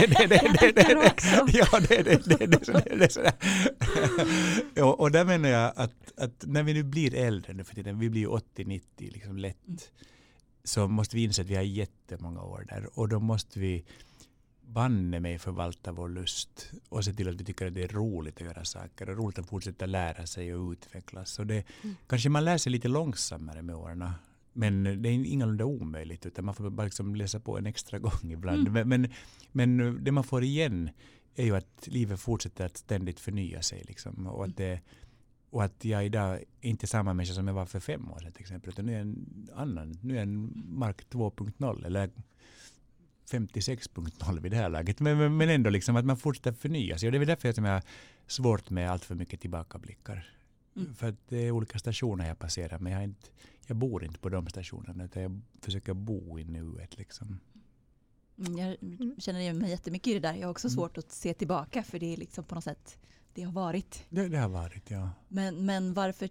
Och där menar jag att, att när vi nu blir äldre nu för tiden, vi blir åttio nittio liksom lätt, mm. så måste vi inse att vi har jättemånga år där. Och då måste vi banne mig förvalta vår lust och se till att vi tycker att det är roligt att göra saker och roligt att fortsätta lära sig och utvecklas. Och det, mm. kanske man lär sig lite långsammare med åren. Men det är ingalunda omöjligt utan man får bara liksom läsa på en extra gång ibland. Mm. Men, men, men det man får igen är ju att livet fortsätter att ständigt förnya sig. Liksom. Och, att det, och att jag idag är inte samma människa som jag var för fem år sedan till exempel. Utan nu är jag en annan. Nu är jag en Mark två punkt noll eller femtiosex punkt noll vid det här laget. Men, men, men ändå liksom att man fortsätter förnya sig. Och det är därför som jag har svårt med allt för mycket tillbakablickar. Mm. För att det är olika stationer jag passerar. Men jag, inte, jag bor inte på de stationerna. Utan jag försöker bo i nuet. Liksom. Mm, jag känner igen mig jättemycket i det där. Jag har också svårt mm. att se tillbaka. För det är liksom på något sätt det har varit. Det, det har varit, ja. Men, men varför...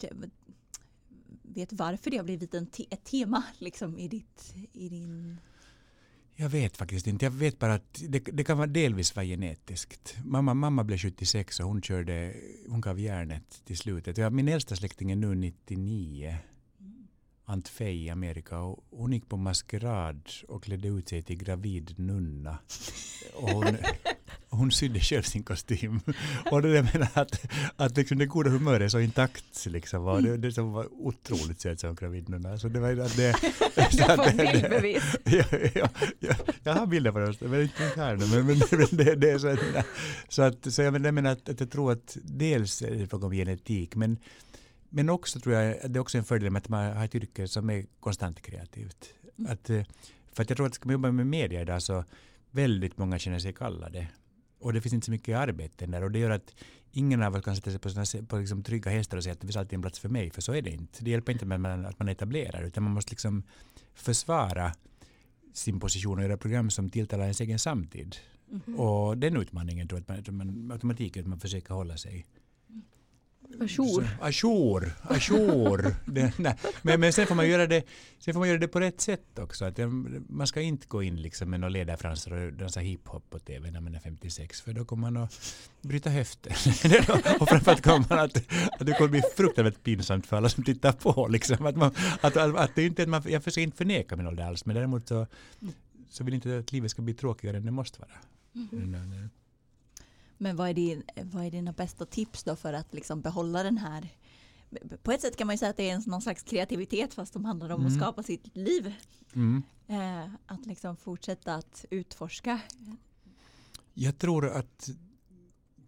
Vet varför det har blivit en te- ett tema liksom, i, ditt, i din... Jag vet faktiskt inte. Jag vet bara att det, det kan vara delvis vara genetiskt. Mamma, mamma blev sjuttiosex och hon körde, hon gav järnet till slutet. Jag, min äldsta släkting är nu nittionio. Aunt Faye i Amerika. Och hon gick på maskerad och klädde ut sig till gravid nunna. Och hon, hon sydde själv sin kostym. Och det menar att, att liksom det goda humöret är så intakt. Liksom, var. Det, det som var otroligt sett som gravid nunna. Så det var att det... Jag får bildbevis. Ja, ja, ja, jag har bilder på det, men inte här nu. Men, men, men det, det är så, så att så jag menar att, att jag tror att dels är det fråga om genetik, men Men också tror jag att det är också en fördel med att man har ett yrke som är konstant kreativt. Mm. Att, för att jag tror att ska man jobba med media idag så väldigt många känner sig kallade. Och det finns inte så mycket arbete där. Och det gör att ingen av oss kan sätta sig på, såna, på liksom trygga hästar och säga att det finns alltid en plats för mig. För så är det inte. Det hjälper inte med att man etablerar. Utan man måste liksom försvara sin position och göra program som tilltalar ens egen samtid. Mm-hmm. Och den utmaningen tror jag att man, man automatiken att man försöker hålla sig ajour. Ajour, ajour. men, men sen får man göra det sen får man göra det på rätt sätt också. Att man ska inte gå in liksom med några ledarfransar och dansa hiphop på tv när man är femtiosex. För då kommer man att bryta höften. Och framförallt kommer man att, att det kommer bli fruktansvärt pinsamt för alla som tittar på. Liksom. Att man, att, att, att det är inte att man, jag försöker inte förneka min ålder alls. Men däremot så, så vill inte att livet ska bli tråkigare än det måste vara. Mm. Men vad är, din, vad är dina bästa tips då för att liksom behålla den här... På ett sätt kan man ju säga att det är någon slags kreativitet fast som handlar om mm. att skapa sitt liv. Mm. Eh, att liksom fortsätta att utforska. Jag tror att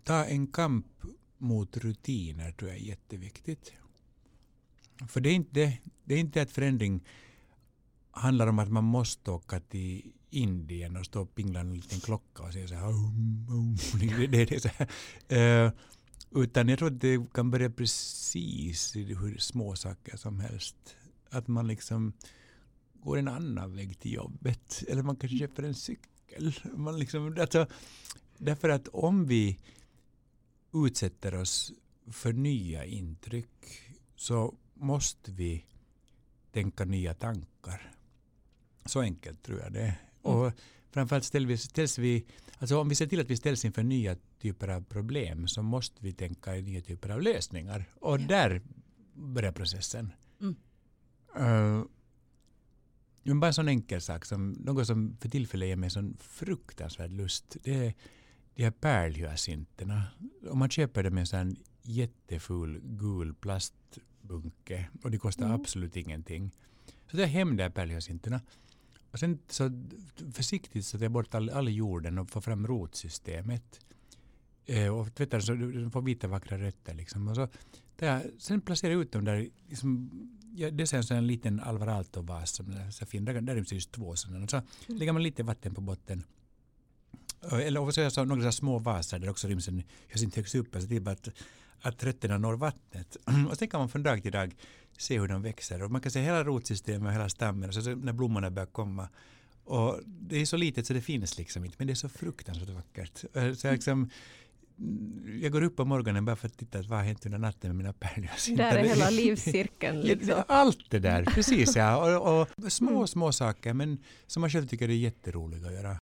ta en kamp mot rutiner tror jag är jätteviktigt. För det är inte, det är inte att förändring handlar om att man måste åka till Indien och stå och pingla en liten klocka och säga så här. Um, um, det, det, det, så här. Uh, utan jag tror att det kan börja precis i hur små saker som helst. Att man liksom går en annan väg till jobbet. Eller man kanske köper en cykel. Man liksom, alltså, därför att om vi utsätter oss för nya intryck så måste vi tänka nya tankar. Så enkelt tror jag det är. Mm. Och framförallt ställs vi, ställs vi, alltså om vi ser till att vi ställs inför nya typer av problem så måste vi tänka i nya typer av lösningar. Och ja. Där börjar processen. Mm. Uh, men bara en sån enkel sak som något som för tillfället ger mig sån fruktansvärd lust. Det är de här pärlhyacinterna. Om man köper det med en sån jätteful gul plastbunke och det kostar mm. absolut ingenting. Så tar jag hem de här pärlhyacinterna. Och sen så försiktigt så tar jag bort all, all jorden och får fram rotsystemet. Eh, och tvättar så du får vita vackra rötter liksom. Och så jag, sen placerar jag ut dem där. Liksom, ja, det är en sån liten Alvar Aalto-vas som är så fin. Där, där är det just två sådana. Och så mm. lägger man lite vatten på botten. Eller och så är det några så små vaser där också ryms en hyacint högst upp. Så det är bara att, att rötterna når vattnet. Och sen kan man från dag till dag se hur de växer. Och man kan se hela rotsystemet och hela stammen. Och så när blommorna börjar komma. Och det är så litet så det finns liksom inte. Men det är så fruktansvärt vackert. Så jag, liksom, jag går upp på morgonen bara för att titta vad har hänt under natten med mina pärlhyacinter. Där är hela livscirkeln. Liksom. Allt det där, precis ja. Och, och små, små saker. Men som man själv tycker är jätteroliga att göra.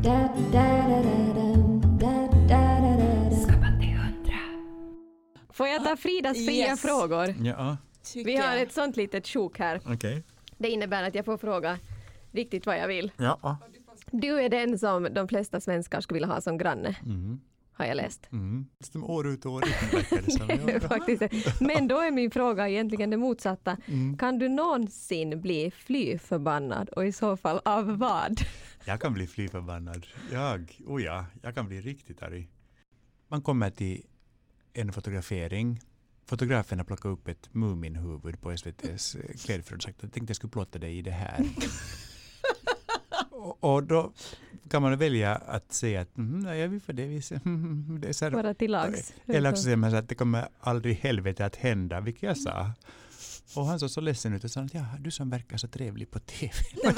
Får jag ta Fridas fria yes. frågor? Ja. Vi har ett sånt litet sjok här. Okay. Det innebär att jag får fråga riktigt vad jag vill. Ja. Du är den som de flesta svenskar skulle vilja ha som granne. Mm. Har jag läst. Mm. Som år ut och år in. Faktiskt. Men då är min fråga egentligen det motsatta. Mm. Kan du någonsin bli fly förbannad och i så fall av vad? Jag kan bli fly förbannad. Jag, oh ja, jag kan bli riktigt arg. Man kommer till en fotografering. Fotografen har plockat upp ett Muminhuvud på S V T:s klädförråd och sagt att jag tänkte jag skulle plåta dig i det här. och, och då kan man välja att säga att mm, jag vill för det viset. det är så här, bara till lags. Eller också säger man så att det kommer aldrig helvete att hända, vilket jag sa. Och han såg så ledsen ut och sa att ja, du som verkar så trevlig på T V.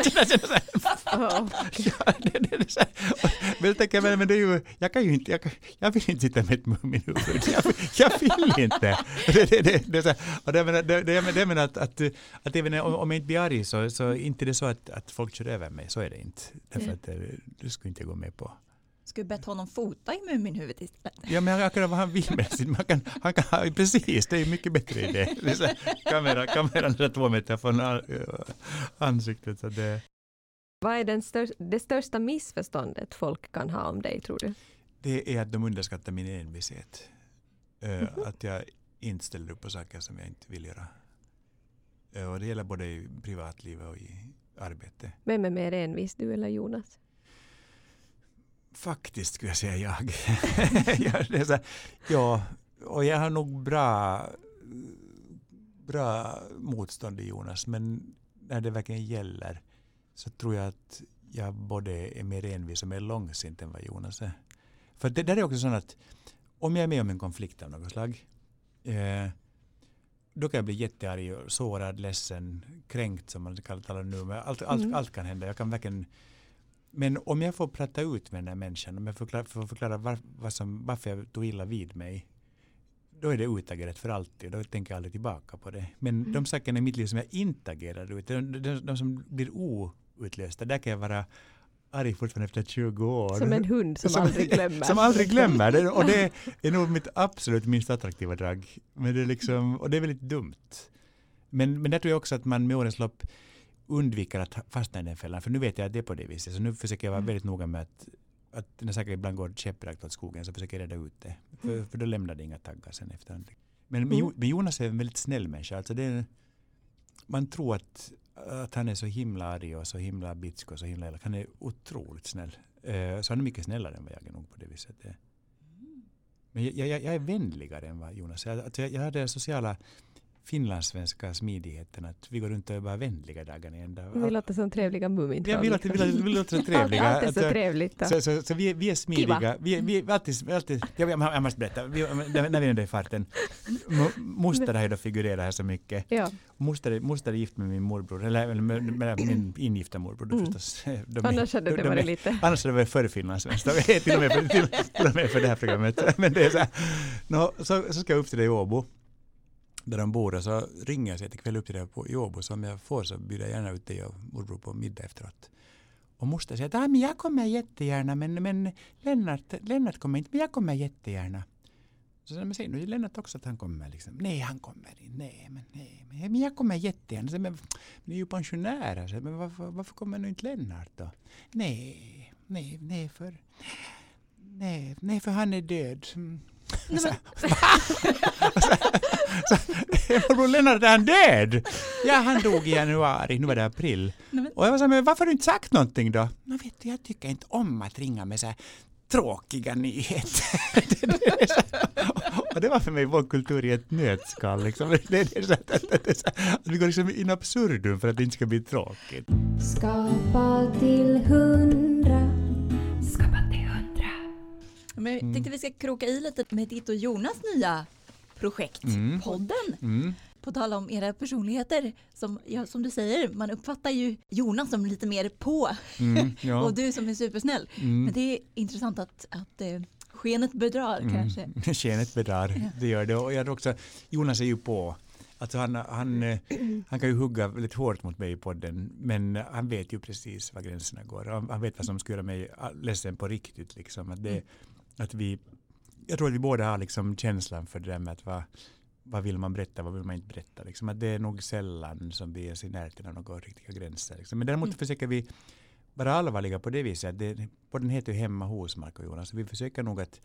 Men, men det är ju, jag kan ju inte, jag, jag vill inte sitta med ett Muminhuvud. Jag, jag vill inte. Det, det, det, det, och det menar, det, det, det menar att, att, att även om, om jag inte blir arg så, så inte det är så att, att folk kör över mig. Så är det inte. Därför att det, det skulle inte gå med på. Skulle bett honom fota i Muminhuvudet istället. Ja, men jag kan vara han vill med sin. Man kan, han kan, precis, det är mycket bättre idé. Det är så, kamera, kameran är två meter från ansiktet. Så det. Vad är den stör, det största missförståndet folk kan ha om dig, tror du? Det är att de underskattar min envishet. Mm-hmm. Att jag inte ställer upp på saker som jag inte vill göra. Och det gäller både i privatlivet och i arbete. Vem är mer envis, du eller Jonas? Faktiskt skulle jag säga jag. ja, det är så här, ja, och jag har nog bra, bra motstånd i Jonas. Men när det verkligen gäller så tror jag att jag både är mer envis och mer långsint än vad Jonas är. För det där är också så att om jag är med om en konflikt av något slag eh, då kan jag bli jättearg och sårad, ledsen, kränkt som man kallar det nu. Men allt, allt, mm. allt kan hända. Jag kan verkligen. Men om jag får prata ut med den här människan, om jag får förklara, får förklara var, vad som, varför jag tog illa vid mig, då är det utagerat för alltid. Då tänker jag aldrig tillbaka på det. Men mm. de sakerna i mitt liv som jag inte agerar ut, de, de, de som blir outlösta, där kan jag vara arg fortfarande efter tjugo år. Som en hund som, som aldrig glömmer. Som aldrig glömmer. Det, och det är nog mitt absolut minst attraktiva drag. Men det är liksom, och det är väldigt dumt. Men, men där tror jag också att man med årens lopp undviker att fastna i den fällan. För nu vet jag att det är på det viset. Så nu försöker jag vara väldigt noga med att, att när saker ibland går käpprakt åt skogen så försöker jag reda ut det. För, för då lämnar det inga taggar sen efterhand. Men, mm. men Jonas är en väldigt snäll människa. Alltså det är, man tror att, att han är så himla arg och så himla bitsk och så himla elak. Han är otroligt snäll. Uh, så han är mycket snällare än vad jag är nog på det viset. Men jag, jag, jag är vänligare än vad Jonas. Jag, alltså jag, jag hade den sociala finlandssvenska smidigheten att vi går runt och är bara vänliga dagarna ända. Vi låter som trevliga Mumintroll. Ja, vi låter, vi låter, vi låter så trevliga. Allt, allt är så trevligt. Då. Så, så, så vi, vi är smidiga. Vi, vi, alltid, alltid, jag, jag måste berätta, vi, när vi är i farten. Moster har ju då figurerat här så mycket. Ja. Moster, moster är gift med min morbror, eller, eller med, med min ingifta morbror. Mm. Förstås. De, annars hade det de, varit de, lite... Annars hade det varit för finlandssvenskt. till, och med för, till, till och med för det här programmet. Men det är så här, no, så, så ska jag upp till det i Åbo. Där de bor och så ringer jag sig till kväll upp till det på Åbo. Så om jag får så bjuder jag gärna ut dig och morbror på middag efteråt. Och moster säger att ah, men jag kommer jättegärna men, men Lennart, Lennart kommer inte men jag kommer jättegärna. Så säger man säger nu Lennart också att han kommer liksom. Nej han kommer inte. Nej men nej men jag kommer jättegärna. Så, men ni är ju pensionärer så, men varför, varför kommer nu inte Lennart då? Nej, nej, nej för nej, nej för han är död. Mm. Nej, så, så, så, Lennart är han död? Ja, han dog i januari, nu var det april. Nej, men... Och jag var så här, men varför har du inte sagt någonting då? Men vet du, jag tycker inte om att ringa med så här tråkiga nyheter. Och det var för mig vår kultur i ett nötskal. Liksom. Det, det är så att, att, att, att, att vi går liksom in absurdum för att det inte ska bli tråkigt. Skapa till hundra. Skapa till hundra. Men jag tänkte vi ska kroka i lite med ditt och Jonas nya projekt, mm. podden. Mm. På tal om era personligheter, som, ja, som du säger, man uppfattar ju Jonas som lite mer på mm, ja. Och du som är supersnäll. Mm. Men det är intressant att, att eh, skenet bedrar mm. kanske. Skenet bedrar, ja. Det gör det. Och jag också, Jonas är ju på. Alltså han, han, han kan ju hugga lite hårt mot mig i podden, men han vet ju precis var gränserna går. Han, han vet vad som ska göra mig ledsen på riktigt. Liksom. Att det, mm. att vi, jag tror att vi båda har liksom känslan för det där med att vad, vad vill man berätta, vad vill man inte berätta. Liksom. Att det är nog sällan som vi är så närheten av några riktiga gränser. Liksom. Men däremot mm. försöker vi vara allvarliga på det viset. Det, podden heter ju Hemma hos Marko och Jonas. Så vi försöker nog att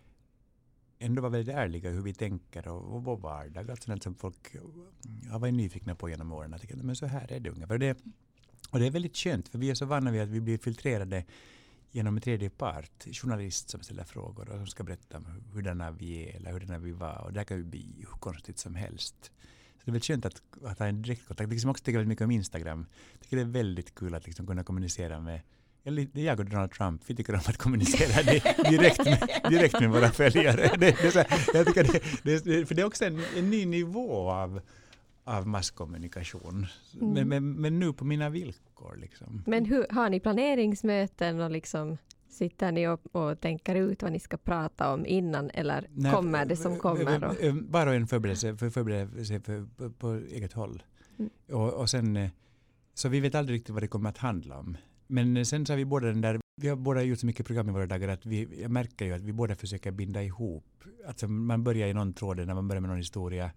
ändå vara väldigt ärliga hur vi tänker och, och vår vardag. Alltså något som folk har varit nyfikna på genom åren. Att, men så här är det ungefär. Det, och det är väldigt skönt för vi är så vana vid att vi blir filtrerade genom en tredje part. Journalist som ställer frågor och som ska berätta hurdana vi är eller hurdana vi var. Och det kan ju bli hur konstigt som helst. Så det är väldigt skönt att, att ha en direktkontakt. Jag också tycker väldigt mycket om Instagram. Jag tycker det är väldigt kul att liksom kunna kommunicera med jag och Donald Trump, vi tycker om att kommunicera direkt med, direkt med våra följare. Det, det är så, jag tycker det, det, för det är också en, en ny nivå av, av masskommunikation. Mm. Men, men, men nu på mina villkor. Liksom. Men hur, har ni planeringsmöten och liksom sitter ni och, och tänker ut vad ni ska prata om innan eller Nej, kommer det som kommer? Och? Bara en förberedelse för, förberedelse för, på, på eget håll. Mm. Och, och sen, så vi vet aldrig riktigt vad det kommer att handla om. Men sen så har vi båda den där, vi har båda gjort så mycket program i våra dagar att vi, jag märker ju att vi båda försöker binda ihop. Alltså man börjar i någon tråd när man börjar med någon historia.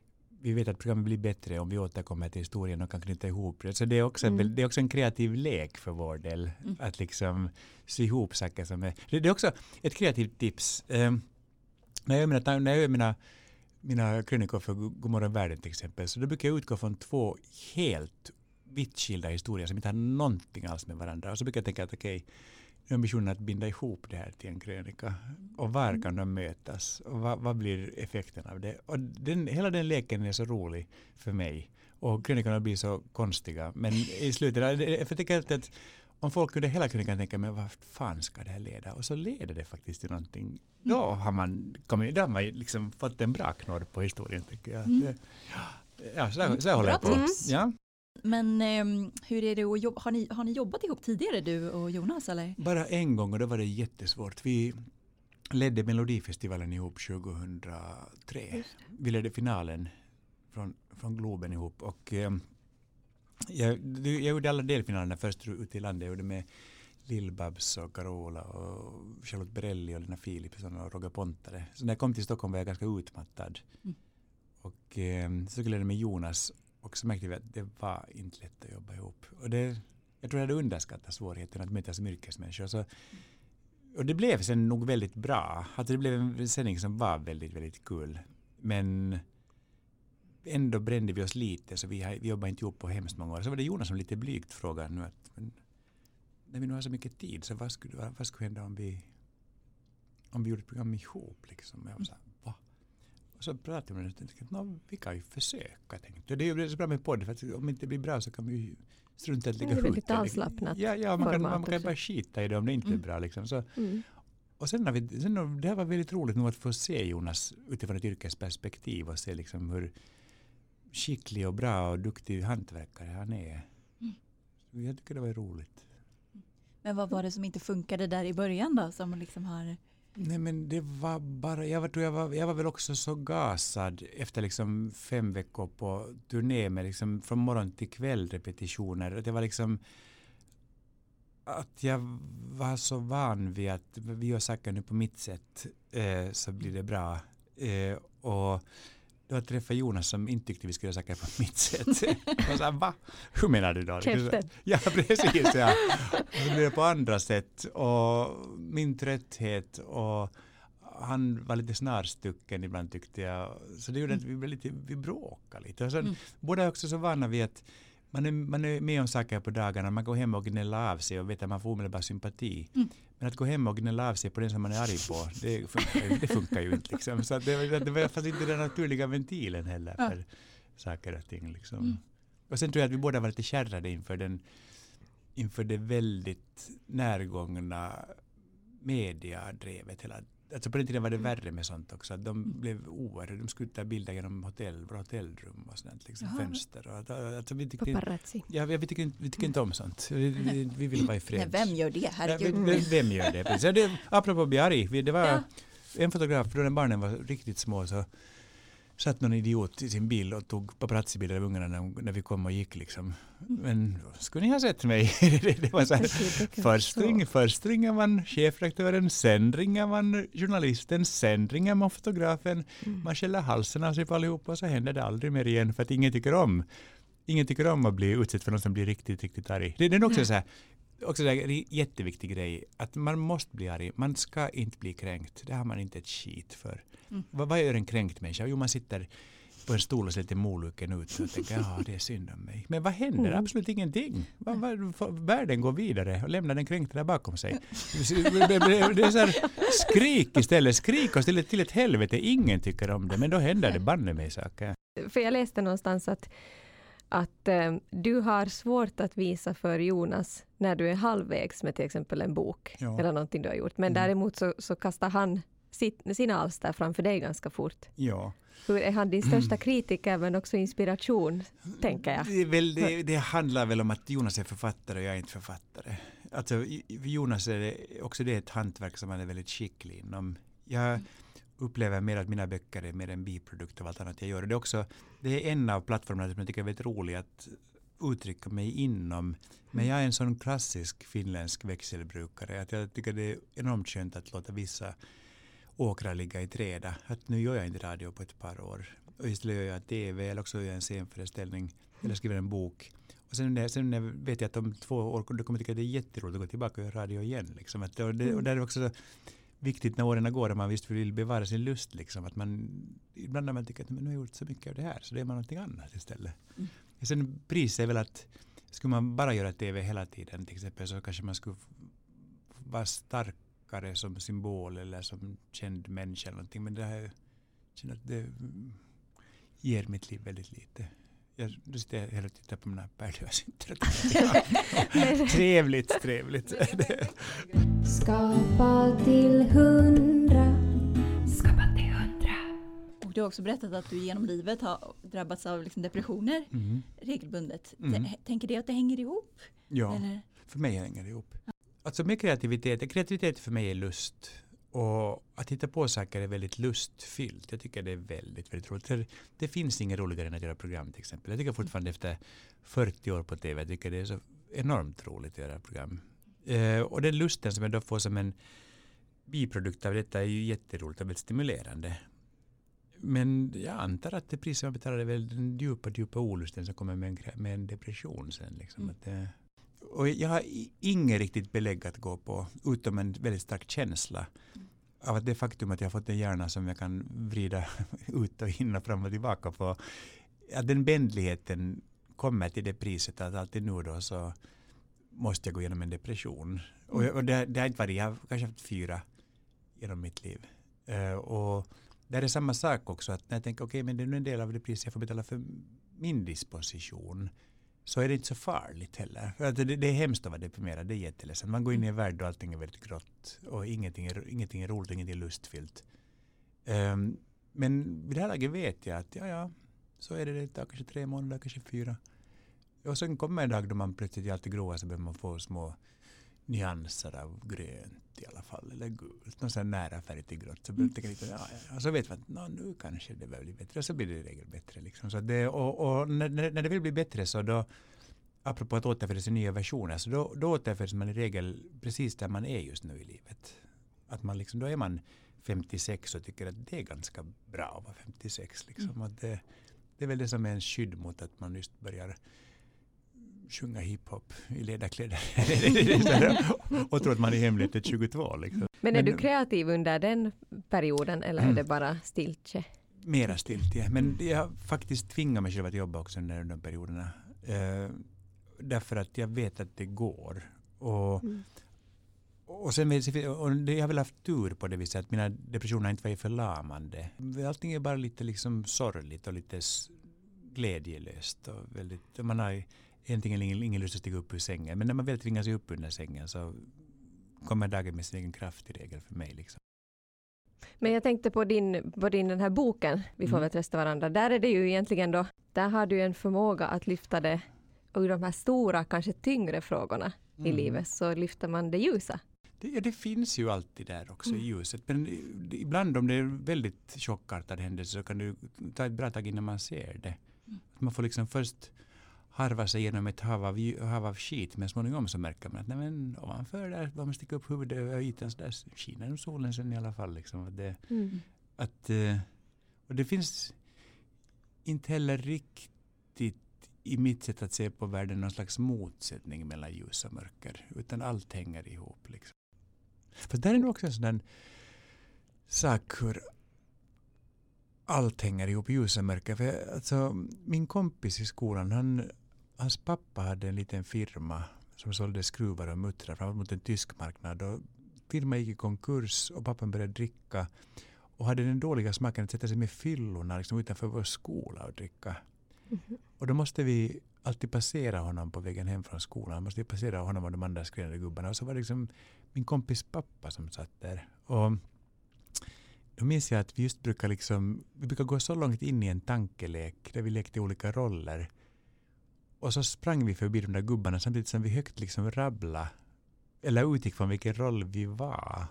Vi vet att programmet blir bättre om vi återkommer till historien och kan knyta ihop det. Så det är också, mm. en, det är också en kreativ lek för vår del. Mm. Att liksom sy ihop saker som är... Det är också ett kreativt tips. Um, när jag gör mina, när jag gör mina, mina krönikor för Godmorgon världen till exempel så då brukar jag utgå från två helt vitt skilda historier som inte har någonting alls med varandra. Och så brukar jag tänka att okej, okay, nu är ambitionen att binda ihop det här till en krönika. Och var kan de mötas? Och vad, vad blir effekten av det? Och den, hela den leken är så rolig för mig. Och krönikorna blir så konstiga. Men i slutet, jag tänker att om folk under hela krönikan tänker, men vad fan ska det här leda? Och så leder det faktiskt till någonting. Då har man, kommit, då har man liksom fått en bra knorr på historien, tycker jag. Mm. Ja, så, så, så håller jag på. Mm. Ja. Men eh, hur är det att jobba? Har ni, har ni jobbat ihop tidigare, du och Jonas? Eller? Bara en gång och då var det jättesvårt. Vi ledde Melodifestivalen ihop tjugohundratre. Vi ledde finalen från, från Globen ihop. Och, eh, jag, jag gjorde alla delfinalerna först ute i landet. Jag gjorde med Lill-Babs och Carola och Charlotte Berelli och Lena Philipsson och Roger Pontare. Så när jag kom till Stockholm var jag ganska utmattad. Mm. Och eh, så skulle jag med Jonas. Och så märkte vi att det var inte lätt att jobba ihop. Och det, jag tror jag hade underskattat svårigheten att möta som yrkesmänniskor. Så, och det blev sen nog väldigt bra. Att det blev en sändning som var väldigt, väldigt kul. Men ändå brände vi oss lite så vi, vi jobbade inte ihop på hemskt många år. Så var det Jonas som lite blygt frågade nu att men, när vi nu har så mycket tid så vad skulle, vad skulle hända om vi om vi gjorde ett program ihop. Liksom. Jag var så här, va? Och så pratade vi om det och tänkte, no, vi kan ju försöka. Tänkte. Det är ju så bra med podd, för att om det inte blir bra så kan vi ju strunta att lägga ut. Det är väldigt avslappnat. Ja, ja man, kan, man kan bara skita i det om det inte mm. är bra. Liksom. Så, mm. Och sen, har vi, sen det här var väldigt roligt nu att få se Jonas utifrån ett yrkesperspektiv och se liksom hur skicklig och bra och duktig hantverkare han är. Mm. Så jag tycker det var roligt. Men vad var det som inte funkade där i början då? Som liksom har... Nej, men det var bara, jag var, jag var, jag var väl också så gasad efter liksom fem veckor på turné med liksom från morgon till kväll repetitioner. Det var liksom att jag var så van vid att vi gör saker nu på mitt sätt eh, så blir det bra. Eh, och då att träffa Jonas som inte tyckte vi skulle göra saker på mitt sätt. Och så här, va? Hur menar du då? Käften. Ja, precis. Ja. Och så blev det på andra sätt. Och min trötthet och han var lite snarstucken ibland tyckte jag. Så det gjorde att vi blev lite, vi bråkade lite. Och sen, mm. båda är också så vana vid att man är, man är med om saker på dagarna. Man går hem och gnäller av sig och vet att man får omedelbar sympati. Mm. Men att gå hem och gnälla av sig på den som man är arg på, det funkar, det funkar ju inte. Liksom. Så det, det var fast inte den naturliga ventilen heller för ja. saker och ting. Liksom. Mm. Och sen tror jag att vi båda var lite kärrade inför, den, inför det väldigt närgångna mediadrevet hela. Alltså på den tiden var det värre med sånt också. Att de mm. blev oerhörda. De skulle ta bilder genom hotell, hotellrum och sånt, liksom fönster. Och, alltså, vi tyckte, paparazzi. Ja, vi tycker, vi tycker inte om sånt. Vi, vi, vi vill vara i fred. Vem gör det? Herregud. Ja, vem, vem gör det? Precis. det apropå att bli arg. Det var ja. en fotograf, då när barnen var riktigt små så satt någon idiot i sin bil och tog paparazzi-bilder av ungarna när, när vi kom och gick. Liksom. Men skulle ni ha sett mig? det, det var så här, först, ring, först ringer man chefredaktören, sen ringer man journalisten, sen ringer man fotografen. Mm. Man skäller halsen av sig på allihop och så händer det aldrig mer igen för att ingen tycker om. Ingen tycker om att bli utsatt för någon som blir riktigt, riktigt arg. Det, det är också så här, också en jätteviktig grej att man måste bli arg. Man ska inte bli kränkt. Det har man inte ett skit för. Mm. Vad, vad gör en kränkt människa? Jo, man sitter på en stol och ser lite moluken ut och tänker, ja, det är synd om mig. Men vad händer? Mm. Absolut ingenting. Va, va, världen går vidare och lämnar den kränkta där bakom sig. Det är så här, skrik istället. Skrik och ställ till ett helvete. Ingen tycker om det, men då händer det banne mig saker. För jag läste någonstans att att eh, du har svårt att visa för Jonas när du är halvvägs med till exempel en bok ja. eller någonting du har gjort. Men mm. däremot så, så kastar han sitt, sina alster framför dig ganska fort. Ja. Hur är han din största kritiker men också inspiration, tänker jag? Det, är väl, det, det handlar väl om att Jonas är författare och jag är inte författare. Alltså Jonas är det, också det ett hantverk som han är väldigt skicklig inom. Jag mm. upplever mer att mina böcker är mer en biprodukt av allt annat jag gör. Det är också det är en av plattformarna som jag tycker är väldigt rolig att uttrycka mig inom. Men jag är en sån klassisk finländsk växelbrukare att jag tycker det är enormt skönt att låta vissa åkrar ligga i träda. Att nu gör jag inte radio på ett par år. Och istället gör jag tv eller också gör jag en scenföreställning eller skriver en bok. Och sen, när, sen när vet jag att om två år då kommer jag tycka att det är jätteroligt att gå tillbaka och göra radio igen. Liksom. Att, och, det, och där är också viktigt när åren går och man visst vill bevara sin lust. Liksom, att man, ibland när man tycker att men nu har jag gjort så mycket av det här så det är man någonting annat istället. Mm. Sen pris är väl att skulle man bara göra tv hela tiden till exempel så kanske man skulle vara starkare som symbol eller som känd människa eller någonting. Men det här känner att det ger mitt liv väldigt lite. Jag sitter hela och tittar på mina pärlösinter. Trevligt, trevligt. Skapa till hundra. Skapa till hundra. Och du har också berättat att du genom livet har drabbats av liksom depressioner mm. regelbundet. Mm. Tänker det att det hänger ihop? Ja, eller? För mig hänger det ihop. Ja. Alltså med kreativitet, kreativitet för mig är lust. Och att hitta på saker är väldigt lustfyllt. Jag tycker det är väldigt, väldigt roligt. För det finns inget roligare än att göra program till exempel. Jag tycker fortfarande efter fyrtio år på tv, jag tycker det är så enormt roligt att göra program. Eh, och den lusten som jag då får som en biprodukt av detta är ju jätteroligt och väldigt stimulerande. Men jag antar att det pris man betalar är väl den djupa, djupa olusten som kommer med en, med en depression sen. Liksom. Mm. Att, eh, och jag har inget riktigt belägg att gå på utom en väldigt stark känsla mm. av att det faktum att jag har fått en hjärna som jag kan vrida ut och in och fram och tillbaka på. Att den bändligheten kommer till det priset att alltid nu då så måste jag gå igenom en depression. Mm. Och, och det, det har inte varit, jag har kanske haft fyra genom mitt liv. Uh, och där är samma sak också, att när jag tänker okej, okay, men det är nu en del av det pris jag får betala för min disposition, så är det inte så farligt heller. För att det, det är hemskt att vara deprimerad, det är jätteledsen. Man går in i en värld där allting är väldigt grått och ingenting är, ingenting är roligt, ingenting är lustfyllt. Um, men vid det här laget vet jag att ja, ja, så är det, det tar kanske tre månader, kanske fyra. Och sen kommer en dag då man plötsligt är alltid gråa, så behöver man få små nyanser av grönt i alla fall, eller gult, någon sån nära färg till grått. Så, mm. lite, ja, ja. Och så vet man att nu kanske det blir bättre, och så blir det i regel bättre. Liksom. Så det, och och när, när det vill bli bättre, så då, apropå att återföras i nya versioner, så då, då återförs man i regel precis där man är just nu i livet. Att man liksom, då är man femtiosex och tycker att det är ganska bra att vara femtiosex. Liksom. Mm. Att det, det är väl det som är en skydd mot att man just börjar sjunga hiphop i ledarkläder och tror att man är hemligt till tjugotvå. Liksom. Men är Men, du kreativ under den perioden, eller mm. är det bara stiltje? Mera stiltje. Men jag faktiskt tvingar mig själv att jobba också under de perioderna. Uh, därför att jag vet att det går. Och, mm. och sen och det, jag har väl haft tur på det viset att mina depressioner inte var förlamande. Allting är bara lite liksom sorgligt och lite glädjelöst. Och väldigt, man har egentligen ingen, ingen lust att stiga upp ur sängen. Men när man väl tvingar sig upp under sängen, så kommer dagen med sin egen kraft i regel för mig. Liksom. Men jag tänkte på din, på din den här boken, Vi får mm. väl trösta varandra. Där är det ju egentligen då, där har du en förmåga att lyfta det ur de här stora, kanske tyngre frågorna mm. i livet. Så lyfter man det ljusa. Det, ja, det finns ju alltid där också mm. i ljuset. Men ibland om det är väldigt chockartad händelse, så kan du ta ett bra tag innan man ser det. Mm. Man får liksom först harva sig genom ett hav av, hav av skit, men småningom så märker man att nej, men ovanför där, bara man sticker upp huvudet över ytan, så där skiner solen sen i alla fall. Liksom. Att det, mm. att, och det finns inte heller riktigt i mitt sätt att se på världen någon slags motsättning mellan ljus och mörker, utan allt hänger ihop. Liksom. För där är nog också en sån sak hur allt hänger ihop, ljus och mörker. För alltså, min kompis i skolan, han, hans pappa hade en liten firma som sålde skruvar och muttrar framåt mot en tysk marknad. Och firman gick i konkurs och pappan började dricka och hade den dåliga smaken att sätta sig med fyllorna liksom utanför vår skola och dricka. Mm-hmm. Och då måste vi alltid passera honom på vägen hem från skolan. Måste vi passera honom och de andra skränade gubbarna. Och så var det liksom min kompis pappa som satt där. Och då minns jag att vi just brukar liksom, vi brukar gå så långt in i en tankelek där vi lekte olika roller. Och så sprang vi förbi de där gubbarna samtidigt som vi högt liksom rabbla eller utgick från vilken roll vi var.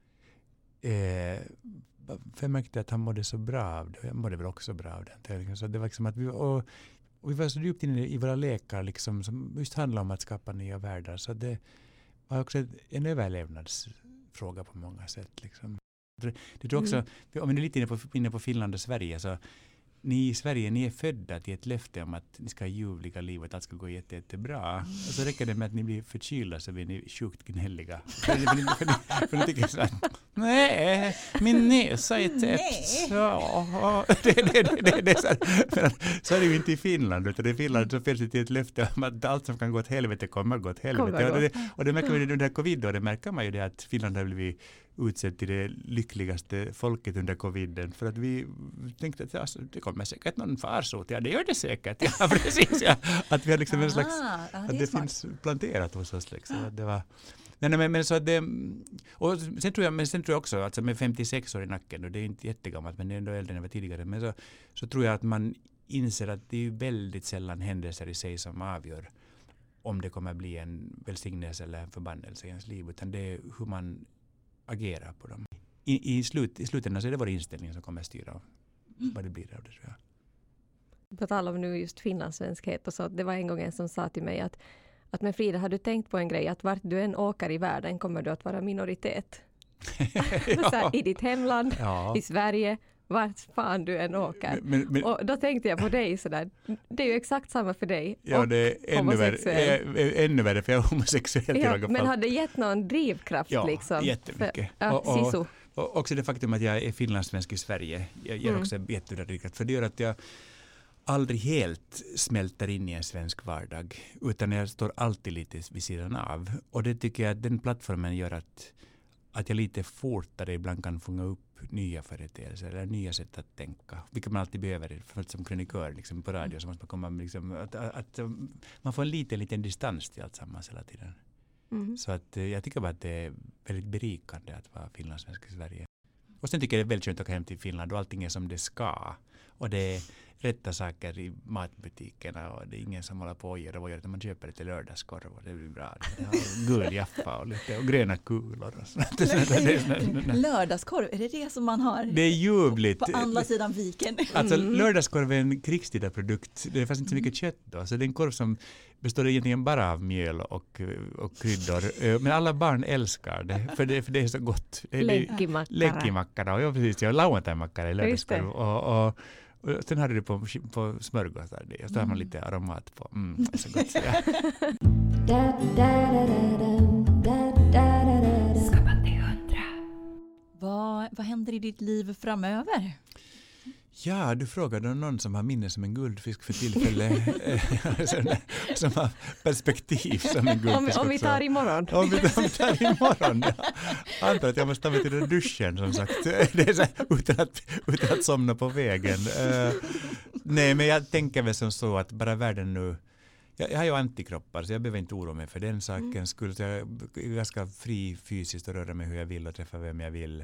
Eh, för jag märkte att han mådde så bra av det. Jag mådde väl också bra av det. Så det var liksom att vi, och, och vi var så djupt inne i våra lekar liksom, som just handlade om att skapa nya världar. Så det var också en överlevnadsfråga på många sätt liksom. Det tror också, mm. om ni är lite inne på, inne på Finland och Sverige, så ni i Sverige, ni är födda till ett löfte om att ni ska ha ljuvliga liv och att allt ska gå jätte, jättebra. Mm. Och så räcker det med att ni blir förkylda så blir ni sjukt gnälliga. för, för, för, för ni tycker så att nej, min näsa är täppt. Ja, det, det, det, det, det, så, så är det ju inte i Finland, utan i Finland så finns det till ett löfte om att allt som kan gå åt helvete kommer att gå åt helvete. Och det, och det märker vi under covid, och det märker man ju det att Finland har blivit utsett till det lyckligaste folket under coviden, för att vi tänkte att alltså, det kommer säkert någon farsot. Ja, det gör det säkert. Ja, precis. Ja. Att vi har liksom en slags, ah, att det, det finns planterat hos oss. Liksom. Att det var, nej, nej, men så att det, och sen tror jag, men sen tror jag också, alltså med femtiosex år i nacken, och det är inte jättegammalt, men det är ändå äldre än jag var tidigare, men så, så tror jag att man inser att det är väldigt sällan händelser i sig som avgör om det kommer bli en välsignelse eller en förbannelse i ens liv, utan det är hur man agera på dem. I, i, slut, I slutändan så är det vår inställning som kommer att styra mm. vad det blir av det, tror jag. På tal om nu just finlandssvenskhet och så, det var en gång en som sa till mig att, att men Frida, har du tänkt på en grej, att vart du än åker i världen kommer du att vara minoritet. Ja. Så här, i ditt hemland, ja. I Sverige, vart fan du än åker. Men, men, och då tänkte jag på dig sådär, det är ju exakt samma för dig. Ja, och det är ännu värre, ännu värre för jag är homosexuell. Ja, men har det gett någon drivkraft? Ja, liksom? Jättemycket. För, ja, och, och, och också det faktum att jag är finlandssvensk i Sverige jag ger mm. också jättedrivkraft. För det gör att jag aldrig helt smälter in i en svensk vardag, utan jag står alltid lite vid sidan av. Och det tycker jag att den plattformen gör att att jag lite fortare ibland kan fånga upp nya företeelser eller nya sätt att tänka. Vilket man alltid behöver för att som krönikör liksom på radio så måste man komma liksom, att, att, att man får en liten, liten distans till allt sammans hela tiden. Mm. Så att jag tycker bara att det är väldigt berikande att vara finlandssvensk i Sverige. Och sen tycker jag det är väldigt skönt att åka hem till Finland och allting är som det ska. Och det är rätta saker i matbutikerna och det är ingen som håller på och gör och gör att man köper lite lördagskorv och det blir bra. Det har gul jaffa och lite och gröna kulor och sånt. Lördagskorv, är det det som man har? Det är ljuvligt. På andra sidan viken. Alltså lördagskorv är en krigstida produkt. Det fanns inte så mycket kött då. Så det är en korv som består egentligen bara av mjöl och, och kryddor. Men alla barn älskar det för det, för det är så gott. Läggimackara. Läggimackara. Ja, precis. Jag lauantajmackara i lördagskorv. Och, och Och sen hade du på, på smörgås där. Och så har man lite aromat på. Mm, det är så gott. Så ja. vad, vad händer i ditt liv framöver? Ja, du frågade om någon som har minne som en guldfisk för tillfälle. Som har perspektiv som en guldfisk. Om, om vi tar imorgon. Om vi, om vi tar imorgon, ja. Antar att jag måste ta mig till den duschen som sagt. Det är så här, utan, att, utan att somna på vägen. Uh, nej, men jag tänker väl som så att bara världen nu. Jag, jag har ju antikroppar så jag behöver inte oroa mig för den saken. Mm. Skulle jag är ganska fri fysiskt och röra mig hur jag vill och träffa vem jag vill.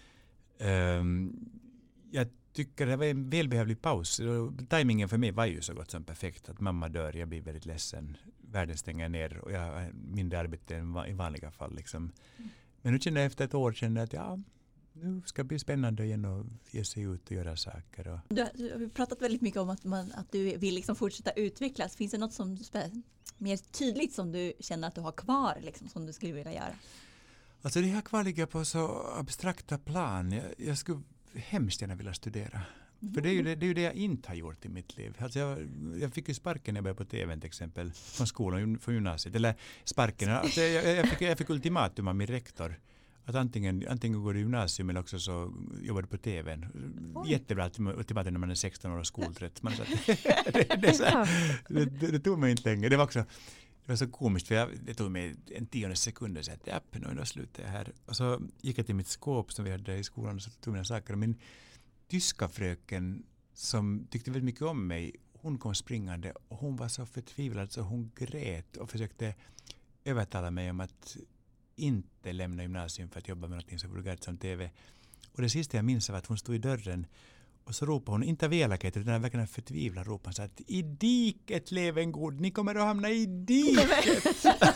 Um, jag tycker det var en välbehövlig paus. Timingen för mig var ju så gott som perfekt. Att mamma dör, jag blir väldigt ledsen. Världen stänger ner och jag har mindre arbete än i vanliga fall. Liksom. Mm. Men nu känner jag efter ett år känner att ja, nu ska det bli spännande igen och ge sig ut och göra saker. Och... Du, du har pratat väldigt mycket om att, man, att du vill liksom fortsätta utvecklas. Finns det något som mer tydligt som du känner att du har kvar liksom, som du skulle vilja göra? Alltså det här kvar ligger på så abstrakta plan. Jag, jag skulle hemskt gärna vilja studera. Mm. För det är, ju det, det är ju det jag inte har gjort i mitt liv. Alltså jag, jag fick ju sparken när jag började på T V till exempel. Från skolan, från gymnasiet. Eller sparken. Alltså jag, jag, fick, jag fick ultimatum av min rektor. Att antingen, antingen går du gymnasium eller också så jobbar du på T V. Oj. Jättebra ultimatum när man är sexton år och skoltrött. Man, så att, det, det, så här, det, det, det tog mig inte länge. Det var också... Det var så komiskt för jag, det tog mig en tionde sekund och sa att ja, nu då slutar jag här. Och så gick jag till mitt skåp som vi hade i skolan och så tog mina saker. Och min tyska fröken som tyckte väldigt mycket om mig, hon kom springande och hon var så förtvivlad så hon grät och försökte övertala mig om att inte lämna gymnasium för att jobba med något så vulgärt som T V. Och det sista jag minns var att hon stod i dörren och så ropade hon, inte av elakhet utan verkligen förtvivlad ropade hon så att i diket lever en god, ni kommer att hamna i diket.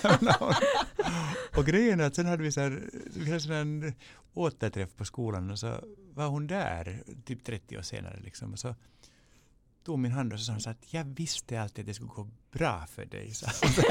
Och grejen är att sen hade vi så här, vi hade en återträff på skolan och så var hon där typ trettio år senare liksom och så tog min hand och så sa hon så att jag visste alltid att det skulle gå bra för dig. Så,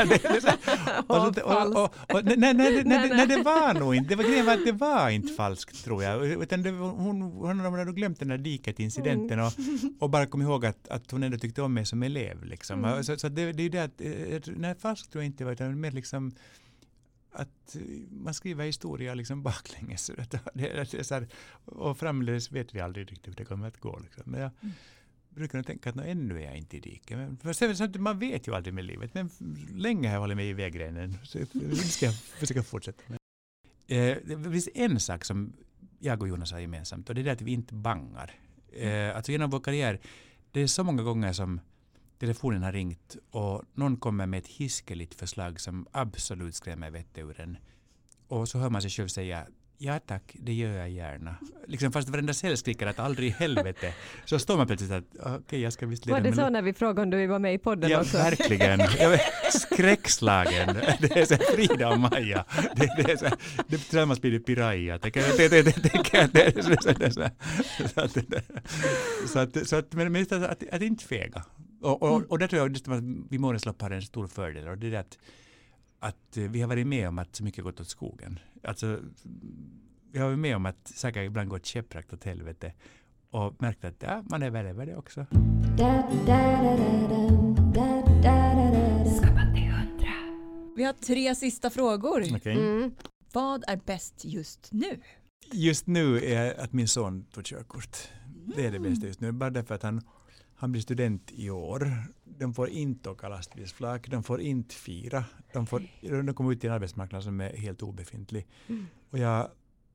nej, det var nog inte. Det var grejen var att det var inte falskt tror jag. Utan det, hon, hon hade glömt den där diket-incidenten och, och bara kom ihåg att, att hon ändå tyckte om mig som elev. Liksom. Mm. Så, så det, det är ju det att, nej falskt tror jag inte var utan mer liksom att man skriver historia liksom baklänges. Det, det, det, så här, och framledes vet vi aldrig riktigt hur det kommer att gå. Liksom. Men jag, mm. brukar tänka att no, ännu är jag inte i diket. Men för sen, man vet ju aldrig med livet. Men länge har jag hållit mig i vägrenen. Så det ska jag försöka fortsätta med. Eh, det finns en sak som jag och Jonas har gemensamt. Och det är det att vi inte bangar. Eh, alltså genom vår karriär. Det är så många gånger som telefonen har ringt. Och någon kommer med ett hiskeligt förslag som absolut skrämmer vettet ur en. Och så hör man sig själv säga ja tack, det gör jag gärna. Liksom fast varenda cell skriker att aldrig i helvete. Så står man plötsligt att okej, okay, jag ska visst leda. Var det så när vi frågade om du var med i podden ja, också? Ja, verkligen. Jag är skräckslagen. Det är så Frida och Maja. Det, det är så det tillsammans blir det Piraya. Det det det det det så att så att så att men att, att, att inte fega. Och och och där tror jag att vi Måneslopp har en stor fördel och det är att att vi har varit med om att så mycket gått åt skogen. Alltså, vi har varit med om att saker ibland gått käpprakt åt helvete och märkt att ja, man är väl över det också. Vi har tre sista frågor. Okay. Mm. Vad är bäst just nu? Just nu är att min son tog körkort. Mm. Det är det bästa just nu. Bara därför att han Han blir student i år. De får inte åka lastbilsflak. De får inte fira. De, får, de kommer ut i en arbetsmarknad som är helt obefintlig. Mm. Och jag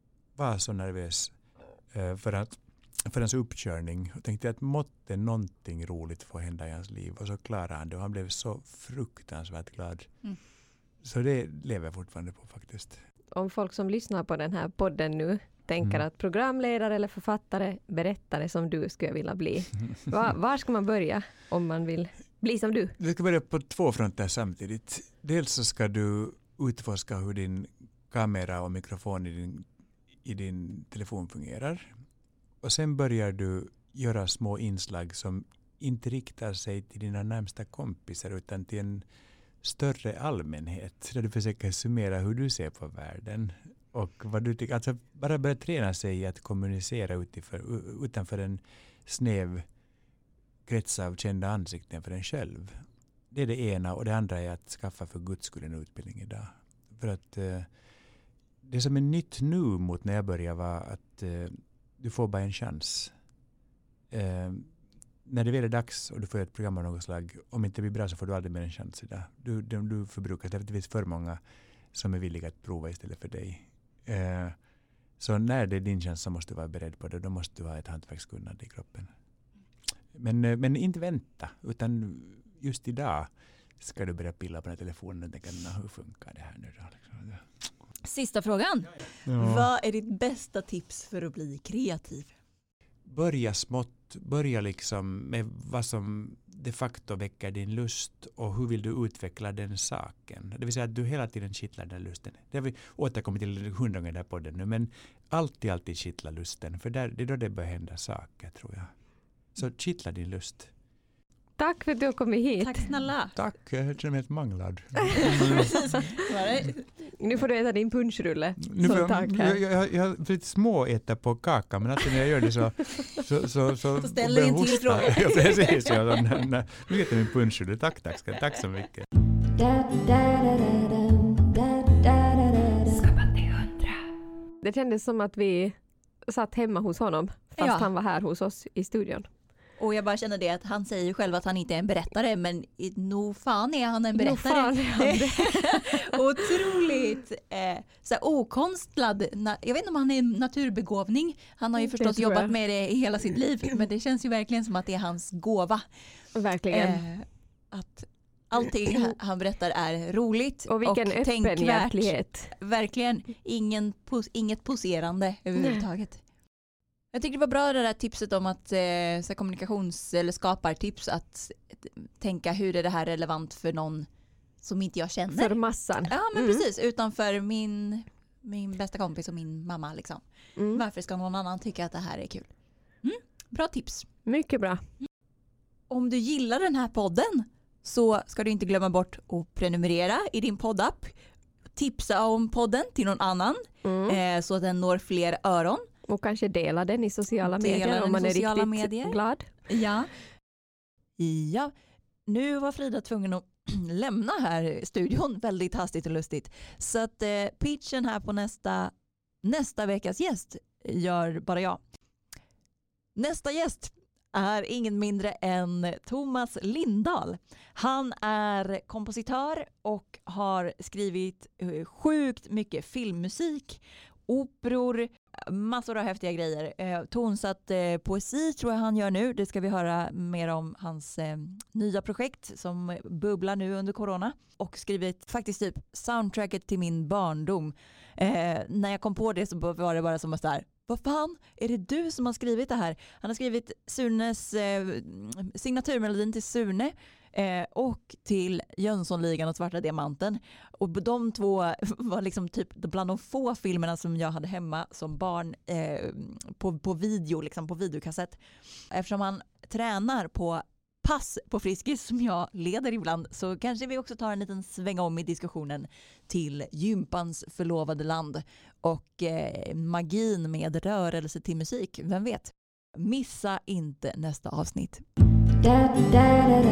var så nervös uh, för, att, för hans uppkörning och tänkte att måtte någonting roligt få hända i hans liv. Och så klarade han det och han blev så fruktansvärt glad. Mm. Så det lever jag fortfarande på faktiskt. Om folk som lyssnar på den här podden nu tänker mm. att programledare eller författare, berättare som du skulle vilja bli. Var, var ska man börja om man vill bli som du? Du ska börja på två fronter samtidigt. Dels så ska du utforska hur din kamera och mikrofon i din, i din telefon fungerar. Och sen börjar du göra små inslag som inte riktar sig till dina närmsta kompisar utan till en större allmänhet. Där du försöker summera hur du ser på världen. Och vad du tycker, alltså bara börja träna sig i att kommunicera utiför, utanför en snäv krets av kända ansikten för en själv. Det är det ena och det andra är att skaffa för Guds skull en utbildning idag. För att eh, det som är nytt nu mot när jag började var att eh, du får bara en chans. Eh, när det väl är dags och du får ett program av något slag, om inte det blir bra så får du aldrig mer en chans idag. Du, du, du förbrukar det. Det finns för många som är villiga att prova istället för dig. Eh, så när det är din chans så måste du vara beredd på det. Då måste du ha ett hantverkskunnande i kroppen. Men, eh, men inte vänta, utan just idag ska du börja pilla på den här telefonen och tänka, hur funkar det här nu då? Liksom. Sista frågan. Ja. Vad är ditt bästa tips för att bli kreativ? Börja smått. Börja liksom med vad som de facto väcker din lust och hur vill du utveckla den saken. Det vill säga att du hela tiden kittlar den lusten. Det har vi återkommit till hundra gånger där på den nu, men alltid, alltid kittla lusten. För där, det är då det börjar hända saker, tror jag. Så kittla din lust. Tack för att du har kommit hit. Tack snälla. Tack, jag känner mig helt manglad. Nu får du äta din punschrulle. Nu får jag, tack här. Jag, jag, jag har lite små äta på kakan, men att när jag gör det så så, så, så, så ställer in till fråga. Ja, precis. Ja, så, när, när, nu äter min punschrulle. Tack, tack, tack, tack så mycket. Det kändes som att vi satt hemma hos honom, fast ja. Han var här hos oss i studion. Och jag bara känner det att han säger ju själv att han inte är en berättare, men nog fan är han en berättare. Otroligt eh, så här, okonstlad. Jag vet inte om han är naturbegåvning. Han har ju förstås jobbat med det i hela sitt liv, men det känns ju verkligen som att det är hans gåva. Verkligen. Eh, att allting han berättar är roligt och vilken och öppen hjärtlighet. Verkligen. Ingen, inget poserande överhuvudtaget. Jag tycker det var bra det där tipset om att eh, så kommunikations- eller skapartips att tänka hur är det här relevant för någon som inte jag känner. För massan. Ja, men mm. precis. Utanför min, min bästa kompis och min mamma. Liksom. Mm. Varför ska någon annan tycka att det här är kul? Mm. Bra tips. Mycket bra. Om du gillar den här podden så ska du inte glömma bort att prenumerera i din poddapp. Tipsa om podden till någon annan mm. eh, så att den når fler öron. Och kanske dela den i sociala dela medier om man är riktigt medier. glad. Ja. Ja. Nu var Frida tvungen att lämna här studion väldigt hastigt och lustigt. Så att eh, pitchen här på nästa, nästa veckas gäst gör bara jag. Nästa gäst är ingen mindre än Thomas Lindahl. Han är kompositör och har skrivit sjukt mycket filmmusik, operor, massor av häftiga grejer. Eh, tonsatt eh, poesi tror jag han gör nu. Det ska vi höra mer om hans eh, nya projekt som bubblar nu under corona. Och skrivit faktiskt typ soundtracket till min barndom. Eh, när jag kom på det så var det bara som att där, vad fan, är det du som har skrivit det här? Han har skrivit Sunes eh, signaturmelodin till Sune eh, och till Jönssonligan och Svarta Diamanten. Och de två var liksom typ bland de få filmerna som jag hade hemma som barn eh, på, på video, liksom på videokassett. Eftersom han tränar på pass på Friskis som jag leder ibland så kanske vi också tar en liten sväng om i diskussionen till gympans förlovade land och eh, magin med rörelse till musik. Vem vet? Missa inte nästa avsnitt. Da, da, da, da.